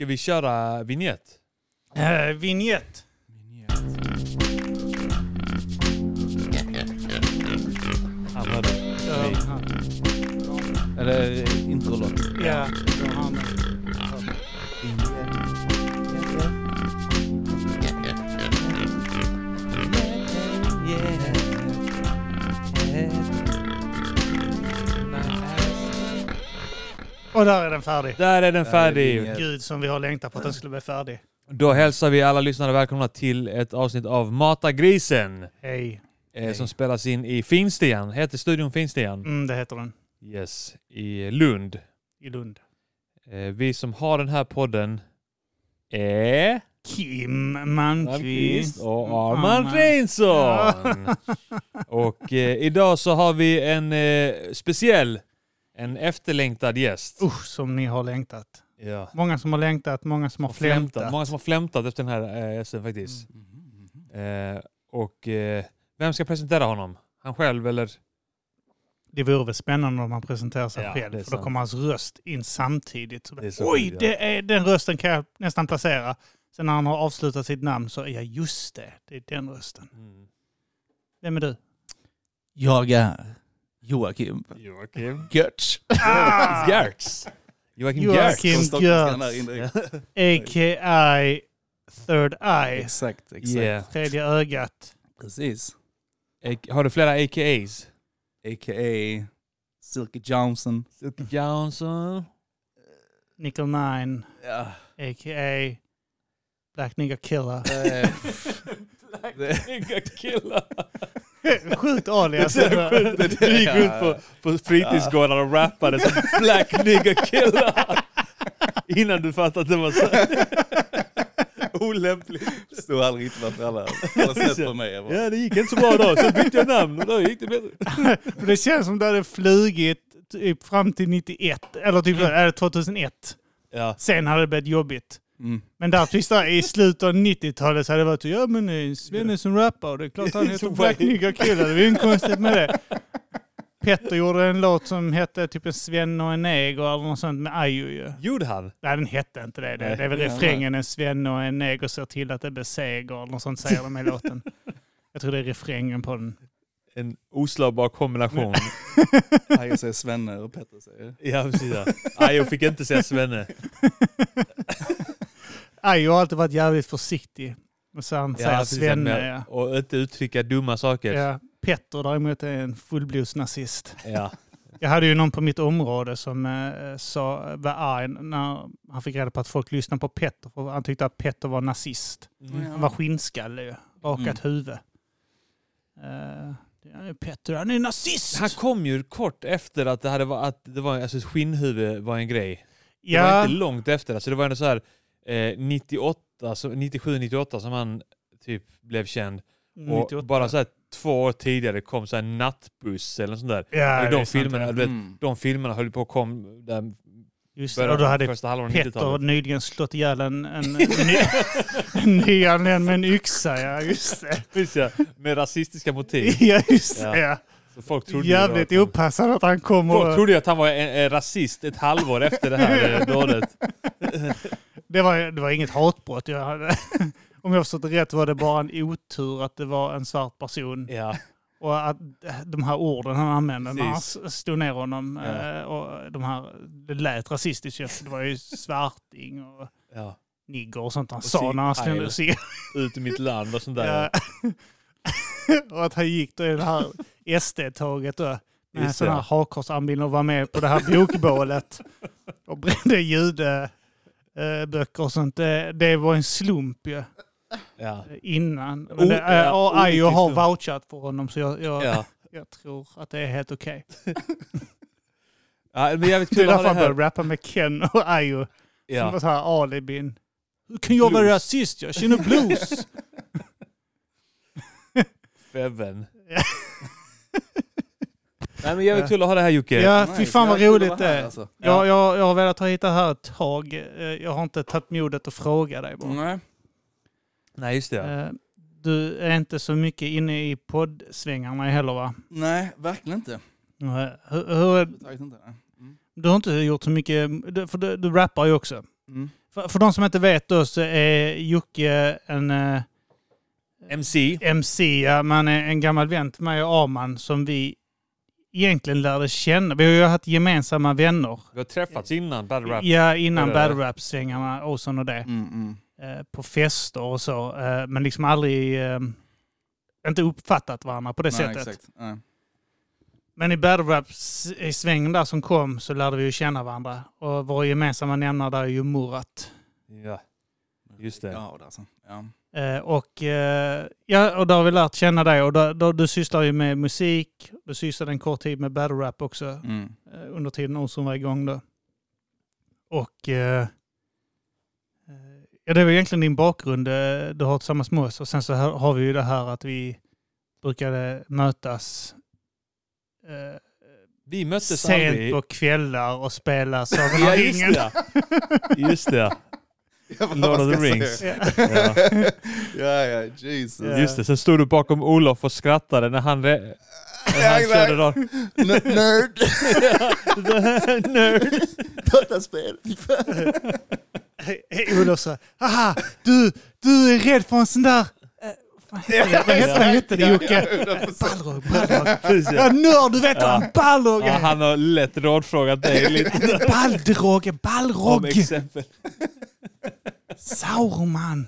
Ska vi köra vignett? Vignett. Han var det. Eller introlåt. Ja, det var han. Och där är den färdig. Där är den färdig. Gud som vi har längtat på att den skulle bli färdig. Då hälsar vi alla lyssnare välkomna till ett avsnitt av Mata Grisen. Hej. Som spelas in i Finstian. Heter studion Finstian? Det heter den. Yes, i Lund. I Lund. Vi som har den här podden är... Kim Malmqvist och Arman Reinsson. Och idag så har vi en speciell, en efterlängtad gäst. Som ni har längtat. Ja. Många som har längtat, många som har flämtat. Många som har flämtat efter den här gästen faktiskt. Vem ska presentera honom? Han själv eller? Det vore väl spännande om han presenterar sig själv. För då kommer hans röst in samtidigt. Så det är den rösten kan jag nästan placera. Sen när han har avslutat sitt namn så är jag just det är den rösten. Vem är du? Jag är Joakim Gertz. Gertz. Joakim Gertz. A.k.a. Third Eye. Exakt. Yeah. Tredje ögat. Precis. Har du flera A.k.a.s? A.k.a. Silky Johnson. Nickel 9. Ja. A.k.a. Black Nigga Killer. Black Nigga Killer. Sjukt alias. Du gick ut på fritidsgårdar och rappade som Black Nigga Killer. Innan du fattade att det var så olämpligt. Stod aldrig riktigt varför alla har sett på mig. Ja, det gick inte så bra då. Så bytte jag namn och då gick det bättre. Det känns som det hade flugit typ fram till 91. Eller typ 2001. Ja. Sen hade det blivit jobbigt. Men där i slutet av 90-talet så hade det varit Svenne som rappar och det är klart han heter Black Nigga Killer. Det är ju konstigt med det. Petter gjorde en låt som hette typ en Svenne och en neger eller något sånt med Ayo ju. Gjorde han? Nej, den hette inte det. Det är väl refrängen en Svenne och en neger ser till att det blir seger eller något sånt säger de i låten. Jag tror det är refrängen på den. En oslagbar kombination. Ayo säger Svenne och Petter säger. Ja, precis. Ayo fick inte säga Svenne. Ayo har alltid varit jävligt försiktig. Och så han säger Svenne. Ja. Och inte uttrycka dumma saker. Ja. Petter däremot är en fullblodsnazist. Ja. Jag hade ju någon på mitt område som var arg när han fick reda på att folk lyssnade på Petter. För han tyckte att Petter var nazist. Han var skinnskalle, rakat huvud. Petter, han är nazist! Han kom ju kort efter att det var alltså skinnhuvud var en grej. Det var inte långt efter. Alltså det var ändå så här 97-98 som han typ blev känd. Och 98. bara så här 2 år tidigare kom så här nattbuss eller sånt där. Ja, och de filmerna höll på att komma där. Just det, och då hade Petter nyligen slått ihjäl en nyanländ med en yxa, ja, just det. Precis, ja, med rasistiska motiv. Ja, just det, ja. Så folk trodde jävligt opassande att han kom och... Folk trodde att han var en rasist ett halvår efter det här dådet. Det var inget hatbrott. Om jag förstått det rätt var det bara en otur att det var en svart person. Ja. Och att de här orden han använde när han stod ner honom och det lät rasistiskt. Det var ju svarting och nigger och sånt han sa när han stod och sig ut i mitt land och sånt där. Och att han gick då i det här SD-tåget då med sådana här hakkorsanbildningar och var med på det här bokbålet och brände judeböcker och sånt. Det var en slump ju. Ja. Innan. Men Ayo har vouchat för honom så jag tror att det är helt okej. Ja, men jag vet det är därför han började rappa med Ken och Ayo. Som var så här alibin. Hur kan jag vara rasist? Jag känner blues. Feven. Nej, men jag vet kul att ha det här, Jocke. Ja, fy fan vad roligt det är. Alltså. Jag har velat ha hit det här ett tag. Jag har inte tagit modet att fråga dig bara. Nej, just det. Du är inte så mycket inne i poddsvängarna heller, va? Nej, verkligen inte. Du har inte gjort så mycket, för du rappar ju också. För de som inte vet då så är Jocke en MC, ja, man är en gammal vän till mig och Arman som vi egentligen lärde känna. Vi har ju haft gemensamma vänner. Vi har träffats innan Battle Rap. Ja, innan Battle Rap-svängarna och sånt och det. På fester och så. Men liksom aldrig inte uppfattat varandra på det sättet. Exakt. Nej. Men i Battle Rap-svängen där som kom så lärde vi ju känna varandra. Och vår gemensamma nämnare där är ju Murat. Ja, just det. Ja, alltså. Ja. Och då har vi lärt känna dig. Och då du sysslar ju med musik. Du sysslade en kort tid med Battle Rap också. Under tiden Ozon var igång då. Och det var egentligen din bakgrund du har tillsammans med oss. Och sen så har vi ju det här att vi brukade mötas vi möttes sent aldrig på kvällar och spela Sagan om ringen. Just det. Lord of the Rings. Ja, Jesus. Just det, sen stod du bakom Olof och skrattade när han körde då. Nerd. Nörd. Dataspel. Olof sa, haha, du är rädd för en sån där... Vad hette det, Jocke? Balrog. Ja, nörd, du vet han. Balrog. Ja, han har lätt rådfrågat dig lite. Balrog. Om exempel. Sauron.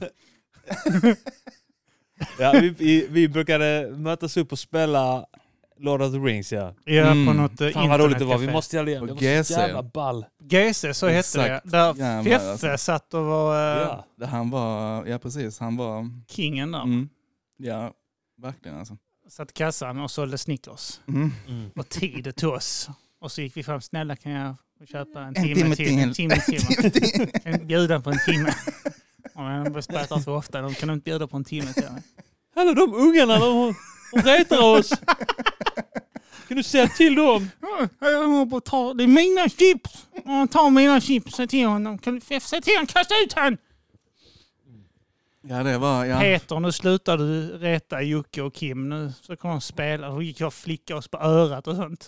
Ja, vi brukade mötas upp och spela Lord of the Rings, ja. Ja, på något fan vad roligt det var. Vi måste jävla ball. GC, så hette det. Där Feffe satt och var... Han var, ja precis, han var... Kingen där. Ja, verkligen alltså. Satt i kassan och sålde Snickers. Och tid till oss. Och så gick vi fram, snälla kan jag köpa en timme till? En bjudan på en timme. Och jag spelar så ofta, de kan inte bjuda på en timme till mig. Hallå, de ungarna, de retar oss. Kan du säga till dem? Det är mina chips. Ta mina chips, säg till honom. Kan du säga till honom, kasta ut han. Ja, det var... Ja. Peter, nu slutar du reta Jocke och Kim. Nu så kommer de spela. Då gick jag och flickade oss på örat och sånt.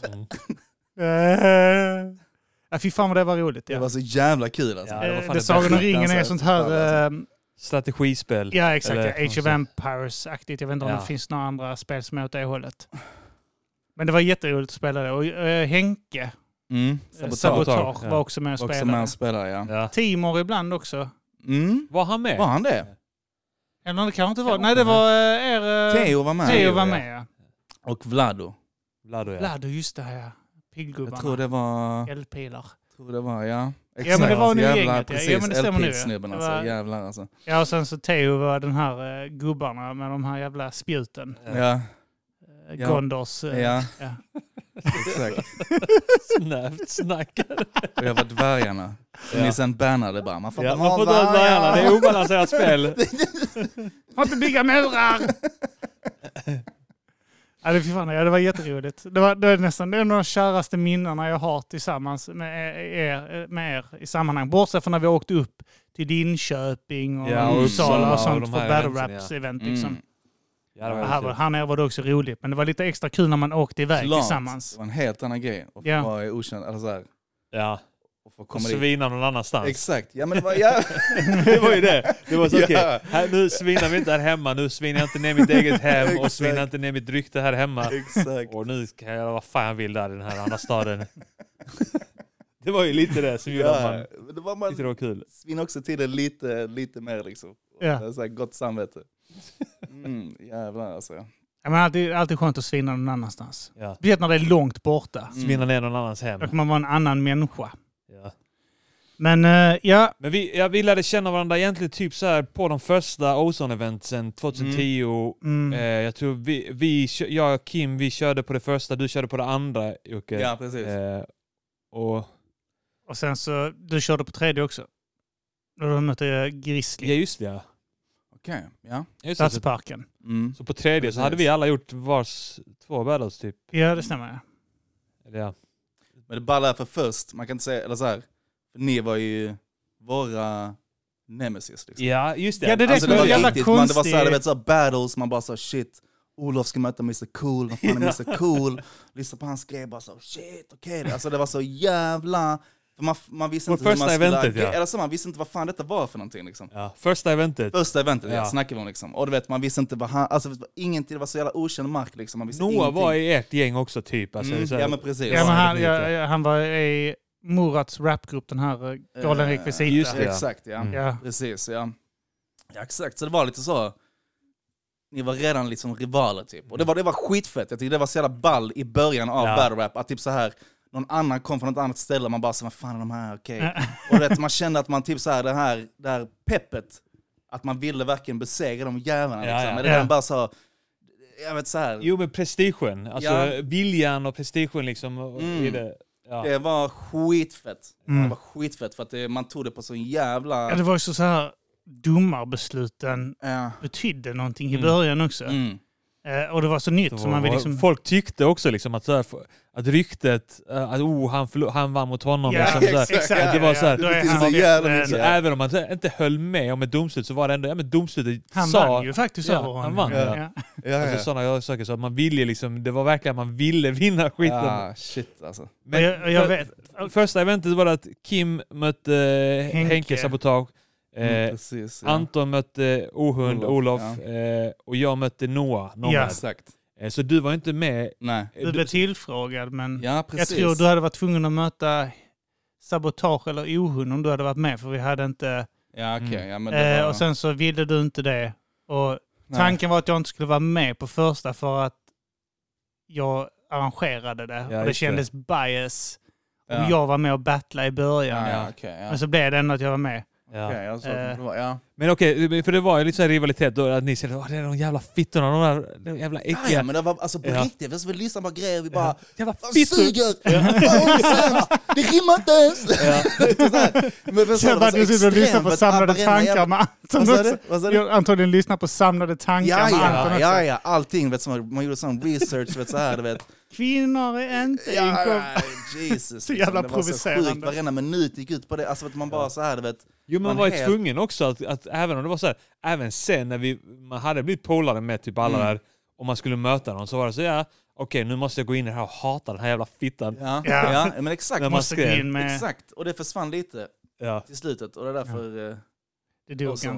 Ja, fy fan vad det var roligt. Ja. Det var så jävla kul alltså. Ja, det Sagan om ringen är sånt här... strategispel. Ja, exakt. Age of Empires-aktigt. Jag vet inte om det finns några andra spel som är åt det hållet. Men det var jätteroligt att spela det. Och Henke, Sabotage var också med och spelade. Ja. Timor ibland också. Var han med? Var han det? Eller det kanske inte var. Nej, det var Theo var med. Theo var med, ja. Och Vlado, Vlado, just det här, ja. Piggubbarna. Jag tror det var... Eldpilar. Jag tror det var, ja. Exakt. Ja, men det var nu jävla, gänget. precis. Ja, men det stämmer nu. LP-snubben alltså. Var... Jävlar alltså. Ja, och sen så Theo var den här gubbarna med de här jävla spjuten. Ja. Gondors. Ja. Exakt. Snabbt snackade. Och jag var dvärgarna. Ni sen bannade bara. Man får inte ha dvärgarna. Det är obalanserat spel. Får inte bygga murar. Ja, det var jätteroligt. Det är nästan det är de käraste minnena jag har tillsammans med er i sammanhang. Bortsett från när vi åkte upp till Linköping och Uppsala och sånt för Battle Raps-event. Liksom. Här nere var det också roligt, men det var lite extra kul när man åkte iväg tillsammans. Det var en helt annan grej. Och var okänd, alltså så här. Ja. Och svina någon annanstans. Exakt. Ja, men det var, det var ju det. Det var så okej. Nu svinar vi inte här hemma. Nu svinar jag inte ner mitt eget hem och svinar inte ner mitt rykte här hemma. Exakt. Och nu ska jag göra vad fan jag vill där i den här andra staden. Det var ju lite det som gjorde att man tyckte det var kul. Svin också till det lite mer liksom. Ja. Så här gott samvete. Jävlar alltså. Ja, men alltid skönt att svina någon annanstans. Ja. Vet när det är långt borta. Svina ner någon annans hem. Då kan man vara en annan människa. Ja. Men Men vi lärde känna varandra egentligen typ så här på de första Ozon-eventsen 2010. Jag tror jag och Kim, vi körde på det första, du körde på det andra, Jocke. Ja, precis. Och sen så, du körde på tredje också. Då du mötte Grizzly. Ja, just det. Okej, ja. Stadsparken. Så på tredje så hade vi alla gjort vars 2 battles typ. Ja, det stämmer. Ja. Men det bara för först, man kan inte säga, eller så här, för ni var ju våra nemesis liksom. Ja, just det. Ja, det alltså, det var jävla riktigt, det var så här, så här battles, man bara så shit, Olof ska möta Mr. Cool, vad fan är Mr. Cool? Lyssna på hans grej, bara så shit, okej. Alltså det var så jävla För man visste På inte hur man första skulle eventet, ja. eller så man visste inte vad fan detta var för någonting liksom. Ja, första eventet. Första eventet, Ja. snackade vi om liksom. Och du vet, man visste inte vad han, alltså ingenting, det var så jävla okänd mark liksom. Man visste Noah ingenting. var i ert gäng också typ. Alltså, så här, Ja men precis. Ja, men han var i Murats rapgrupp, den här Galen Rekvisita. just det. Exakt, ja. Ja. Precis, ja. Ja, exakt. Så det var lite så. Ni var redan liksom rivaler typ. Och det var skitfett. Jag tyckte det var så jävla ball i början av battle rap. Att typ så här, någon annan kom från något annat ställe och man bara så, vad fan är de här? Okej. Och vet, man kände att man typ så här, det här peppet. Att man ville verkligen besegra de jävlarna. Liksom. Men det där bara så, jag vet så här. Jo, men prestigen. Alltså viljan och prestigen liksom. I det. Ja. Det var skitfett. Det var skitfett för att man tog det på så jävla... Ja, det var ju så här, domarbesluten betydde någonting i början också. Och det var så nytt. Så man vill liksom... Folk tyckte också liksom att ryktet, att han vann mot honom. Ja, liksom, exakt. Det var så här, Då är det han så jävla rätt, mycket. även om man inte höll med om ett domslut så var det ändå, men domslutet han sa... vann ju faktiskt över honom. Han vann, Alltså, sådana saker, så att man ville liksom, det var verkligen att man ville vinna skiten. Ja, shit alltså. Men jag vet. Första eventet var det att Kim mötte Henke Sabotage. Precis, Anton mötte Olof och jag mötte Noah. Ja. Exakt. Så du var inte med. Nej. Du blev tillfrågad, men Ja, jag tror du hade varit tvungen att möta Sabotage eller Ohund om du hade varit med, för vi hade inte... Ja, okej. Ja, men det var... Och sen så ville du inte det. Och tanken var att jag inte skulle vara med på första för att jag arrangerade det. Ja, och det kändes bias. Ja. Och jag var med och battlade i början. Ja, okej. Men så blev det ändå att jag var med. Ja. Okej, jag såg det var, ja. Men okej, för det var ju lite så här rivalitet då, att ni säger det är de jävla fittorna, de jävla äckliga. Ja, men det var alltså på riktigt. Vi lyssnade på grejer, vi bara... Jävla fittor! Det rimmar inte ens! Men Sen var du sitter och lyssnar på samlade tankar med Anton. Vad sa du? Antagligen lyssnar på samlade tankar med Anton också. Ja, allting. Vet, man gjorde sån research, vet så här, du vet. Kvinnor är inte Jesus. Så jävla det var provocerande. Så sjukt, varenda minut gick ut på det. Alltså att man bara så här, du vet. Jo, men man var ju tvungen också att även om det var så här, även sen när man hade blivit polare med typ alla där och man skulle möta någon, så var det så okej, nu måste jag gå in i det här och hata den här jävla fittan. Ja, men exakt. När man skrev. Exakt, och det försvann lite till slutet. Och det är därför... Det dog inte.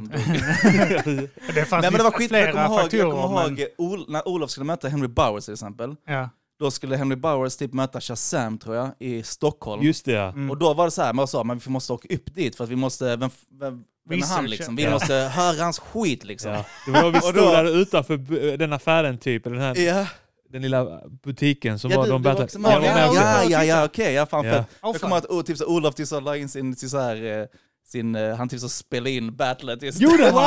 Det fanns men det var skit, jag kommer ihåg när Olof skulle möta Henry Bowers till exempel. Ja. Då skulle Henry Bowers typ möta Shazam, tror jag, i Stockholm. Just det, Och då var det så här, man sa, men vi måste åka upp dit för att vi måste, vem är han liksom? Vi måste höra hans skit liksom. Ja. Det var då vi stod där utanför den affären typ, den här den lilla butiken som var de battlade. Okej, jag fan fett. Jag kommer att typ så Olof typ så la in sin så här han typ så spelade in battlet just. Gjorde det? Wow!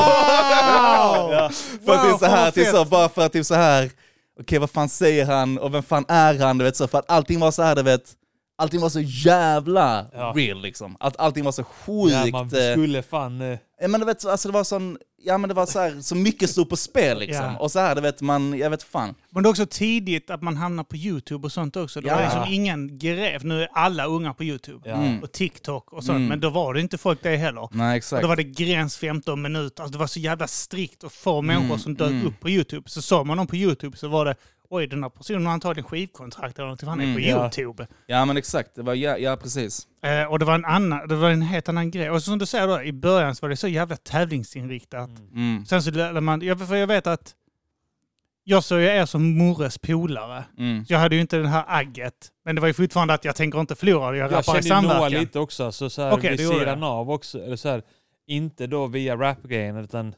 För att det är så här typ så, bara för att typ så här. Okej, vad fan säger han och vem fan är han, du vet, så för att allting var så här, du vet, allting var så jävla real liksom. Allting var så sjukt. Ja, man skulle fan men du vet, alltså det var sån, men det var så här, så mycket stod på spel liksom. Och så här, du vet, jag vet fan. Men det är också tidigt att man hamnar på YouTube och sånt också. Det var liksom ingen gräv. Nu är alla unga på YouTube och TikTok och sånt, men då var det inte folk det heller. Nej, exakt. Och då var det gräns 15 minuter. Alltså det var så jävla strikt och få människor som dök upp på YouTube. Så såg man dem på YouTube så var det, oj, den här personen har antagligen skivkontrakt eller något, han är på YouTube. Ja, men exakt. Det var, precis. Och det var en helt annan grej. Och som du säger då, i början så var det så jävla tävlingsinriktat. Sen så lärde man, för jag vet att jag såg ju er som Morres polare. Så jag hade ju inte den här agget. Men det var ju fortfarande att jag tänker inte förlora. Jag kände ju Noah lite också. Så här, okay, vid sidan av också. Eller så här, inte då via rap-grejen utan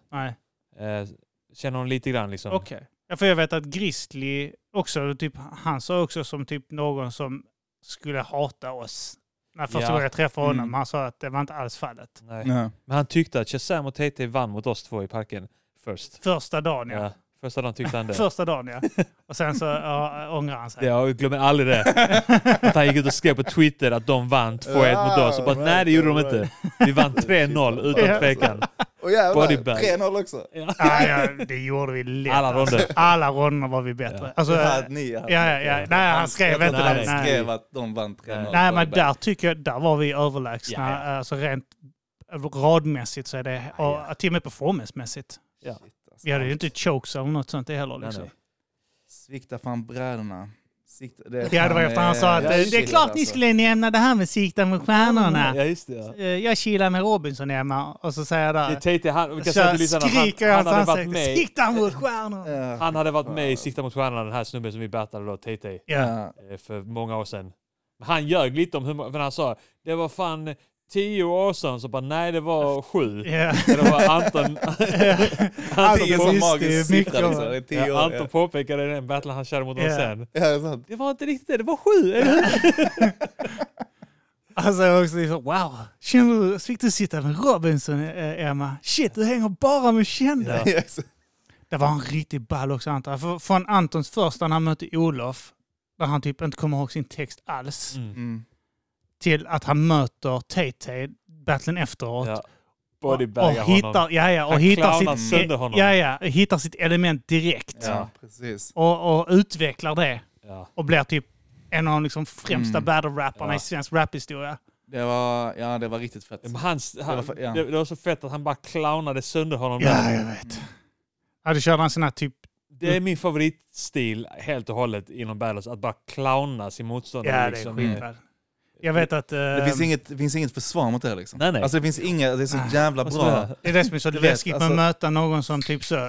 känner hon lite grann liksom. Okej. Okay. Ja, för jag vet att Grizzly också, typ, han sa också som typ någon som skulle hata oss. När första gången jag träffade honom, han sa att det var inte alls fallet. Nej. Men han tyckte att Shazam och TT vann mot oss två i parken först. Första dagen, Första dagen tyckte han det. Första dagen, Och sen så ångrar han sig. Ja, jag glömmer aldrig det. Att han gick ut och skrev på Twitter att de vann 2-1 mot oss. Och bara, nej, det gjorde de inte. Vi vann 3-0 utan tvekan. Och jävlar, 3-0 också. Ja, det gjorde vi lätt. Alla ronder var vi bättre. Ja. Alltså, nej, han skrev inte det. Han skrev att de vann 3-0. Nej, men där tycker jag, där var vi överlägsna. Alltså rent radmässigt så är det, och till och med performancemässigt. Ja. Vi hade ju inte chokes eller något sånt heller liksom. Svikta fan bräderna. Det var efter han sa att det är klart ni skulle nämna det här med sikta mot stjärnorna. Ja, just det. Ja. Jag kilar med Robinson hemma och så säger jag där. Skriker jag hans ansikte. Sikta mot stjärnorna. Han hade varit med i Sikta mot stjärnorna, den här snubben som vi battlade då, TT. Ja. För många år sedan. Han ljög lite om hur, för han sa det var fan 10 år sedan, så bara nej det var 7. Yeah. Det var Anton. Anton påpekade den battle han körde mot honom sen. Ja, det var inte riktigt det var 7, eller hur? Alltså jag också liksom, wow, känner du, fick du sitta med Robinson, Emma? Shit, du hänger bara med kända. Ja. Det var en riktig ball också, Anton. Från Antons första när han mötte Olof, där han typ inte kommer ihåg sin text alls, till att han möter TT, battlen efteråt. Ja. Och hittar sitt element direkt. Ja, precis. Och utvecklar det. Ja. Och blir typ en av de liksom främsta battle-rapparna i svensk raphistoria. Det var riktigt fett. Det var så fett att han bara clownade sönder honom. Ja, jag vet. Ja, det körde han sån här typ... Det är min favoritstil helt och hållet inom battles, att bara clowna sin motståndare. Ja, liksom. Det är skitväl. Jag vet att... Det finns inget försvar mot det liksom. Nej. Alltså det finns inga, det är så jävla bra. Det är det som är så läskigt med att möta någon som typ så...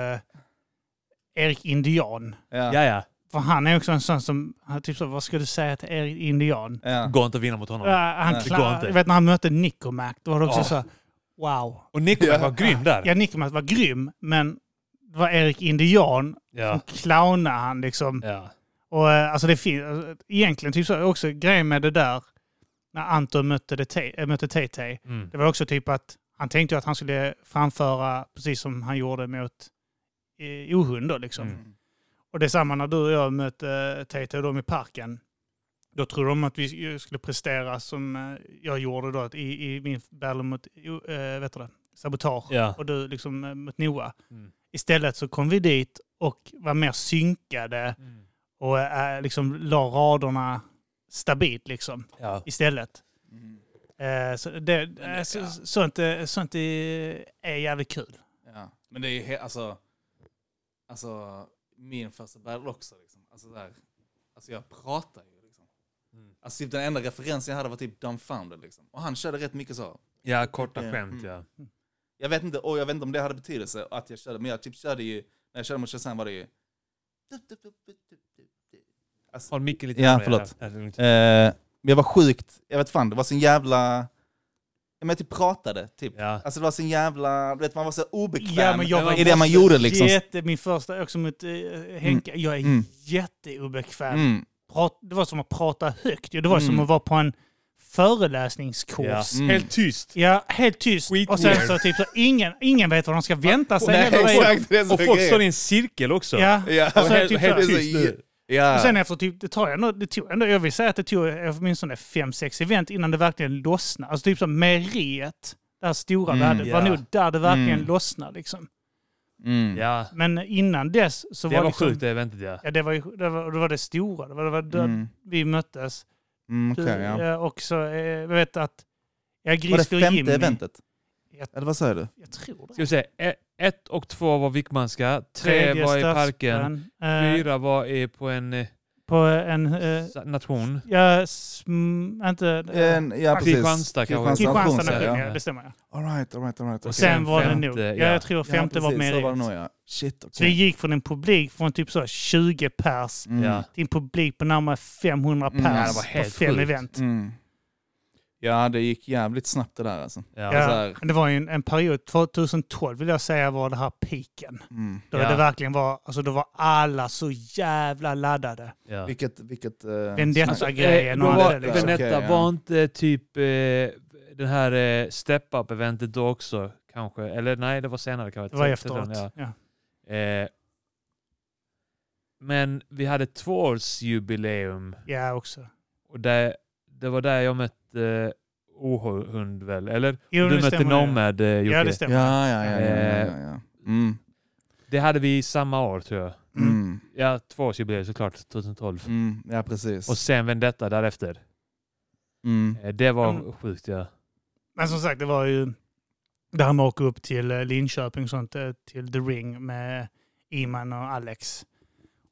Erik Indian. Ja. För han är också en sån som... Typ så, vad ska du säga till Erik Indian? Ja. Går inte att vinna mot honom. Jag vet när han mötte Nicomac, då var det också så... Wow. Och Nicomac var grym där. Ja, Nicomac var grym, men det var Erik Indian som clownade han liksom. Ja. Och alltså det finns egentligen typ så också grejen med det där när Anton mötte TT. Det var också typ att han tänkte att han skulle framföra precis som han gjorde mot Ohund då liksom. Och det är samma när du och jag mötte TT och dem i parken. Då tror de att vi skulle prestera som jag gjorde då i min battle mot Sabotage och du liksom mot Noah. Istället så kom vi dit och var mer synkade och liksom la raderna stabilt liksom istället. Sånt är jävligt kul. Ja. Men det är alltså min första battle också liksom. Alltså jag pratar ju liksom. Alltså typ den enda referensen jag hade var typ Dumbfounded liksom. Och han körde rätt mycket så. Ja, korta skämt, Jag vet inte om det hade betydelse att jag körde, men jag typ körde ju, när jag körde mot Shazam var det ju... Håll mycket lite. Ja, förlåt. Men jag var sjukt, jag vet fan, det var sån jävla... Jag typ pratade, typ. Ja. Alltså det var sån jävla... Du vet, man var så obekväm i det man gjorde liksom. Min första också mot Henke, jag är jätteobekväm. Det var som att prata högt. Det var som att vara på en föreläsningskurs. Helt tyst. Ja, helt tyst. Och sen så typ så ingen vet vad de ska vänta sig. Och folk står i en cirkel också. Ja. Och så typ helt tyst. Ja. Och sen efter typ, det tog ändå, jag vill säga att det tog åtminstone 5-6 event innan det verkligen lossnade. Alltså typ som meriet, det här stora värdet, var nog där det verkligen lossnade liksom. Ja. Men innan dess så det var liksom, sjukt det eventet, ja. Det var det stora. Det var där vi möttes. Och så jag vet att var det 5:e eventet? Eller vad säger du? Jag tror det. Ska vi säga 1 och 2 var Wickmanska, 3 var i parken, 4 var på en nation. Ja, inte... Kristianstad kanske. Kristianstad, det stämmer. All right. Och sen var det nog. Jag tror 5:e var med det. Shit, okay. Så vi gick från en publik från typ så 20 pers till en publik på närmare 500 pers på 5 event. Ja, det gick jävligt snabbt det där alltså. Det var ju en period, 2012 vill jag säga var det här piken. Då det verkligen var, alltså då var alla så jävla laddade. Ja. Vilket Vendetta-grejen och allt det liksom. Vendetta var inte typ den här step-up-eventet då också kanske? Eller nej, det var senare kanske. Det var efteråt, men vi hade 2-årsjubileum. Ja, också. Och det var där jag mötte Ohund väl? Eller? Jo, du mötte Nomad, Jocke. Ja, det stämmer. Ja. Det hade vi samma år, tror jag. Ja, 2-årsjubileum såklart, 2012. Ja, precis. Och sen Vendetta därefter. Det var sjukt, ja. Men som sagt, det var ju det här med att åka upp till Linköping och sånt, till The Ring med Iman och Alex.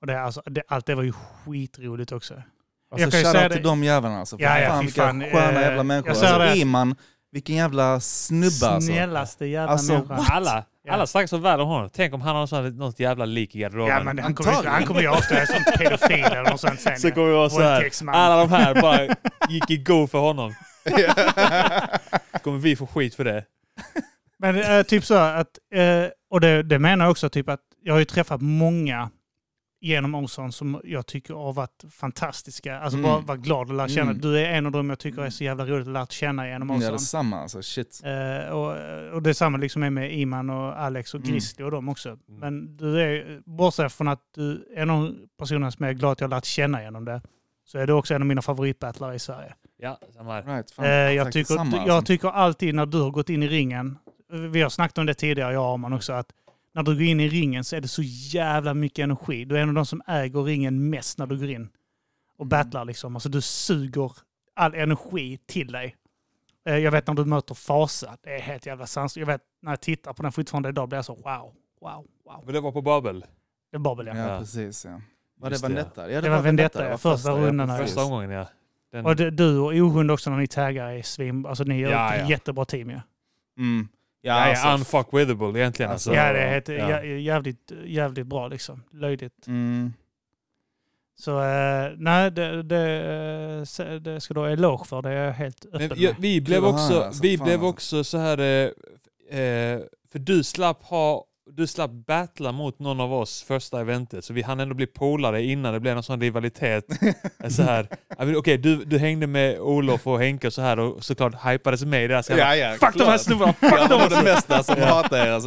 Och allt det var ju skitroligt också. Alltså, jag kan ju säga till de jävlarna alltså. Ja, fan, vilka sköna jävla människor. Alltså, Iman, vilken jävla snubbe alltså. Snällaste jävla människa. Alla snackar så väl om honom. Tänk om han har något jävla lik i garderoben. Ja, men han kommer ju avslöja som pedofil eller något sånt sen. Så kommer det vara så här. Alla de här bara gick i go för honom. Kommer vi få skit för det? Men typ så att, och det menar jag också typ att jag har ju träffat många genom Ozon som jag tycker har varit fantastiska. Alltså bara var glad att lära känna. Du är en av dem jag tycker är så jävla roligt att lära känna genom Ozon. Ja, det är samma alltså, shit. Och det är samma liksom med Iman och Alex och Grizzly och dem också. Men du är, bortsett från att du är någon person som är glad att jag har lärt känna genom det, så är du också en av mina favoritbattlare i Sverige. Ja, samma här. Right, jag tycker alltid när du har gått in i ringen, vi har snackat om det tidigare, jag och Arman också, att när du går in i ringen så är det så jävla mycket energi. Du är en av de som äger ringen mest när du går in och battlar liksom. Alltså du suger all energi till dig. Jag vet när du möter Fasa, det är helt jävla sans. Jag vet när jag tittar på den fortfarande idag blir jag så wow. Men det var på Babel. Det är Babel, ja. Ja, precis, ja. Var det Vendetta? Ja, det var Vendetta, ja. Första rundan. Första omgången, ja. Och du och Ohund också när ni taggar i svim. Alltså ni är ett jättebra team, ja. Mm. Ja, alltså, unfuckwithable egentligen. Alltså. Ja, det är jävligt bra liksom. Löjligt. Så nej, det ska du ha eloge för. Det är jag helt öppen med. Vi blev också så här... för du slapp battla mot någon av oss första eventet. Så vi hann ändå bli polare innan det blev någon sån rivalitet. Så här. Okej, du hängde med Olof och Henke och så här och såklart hypades med det. Så ja, fuck de här snubbarna! Fuck de var det mesta som hatar er. Alltså,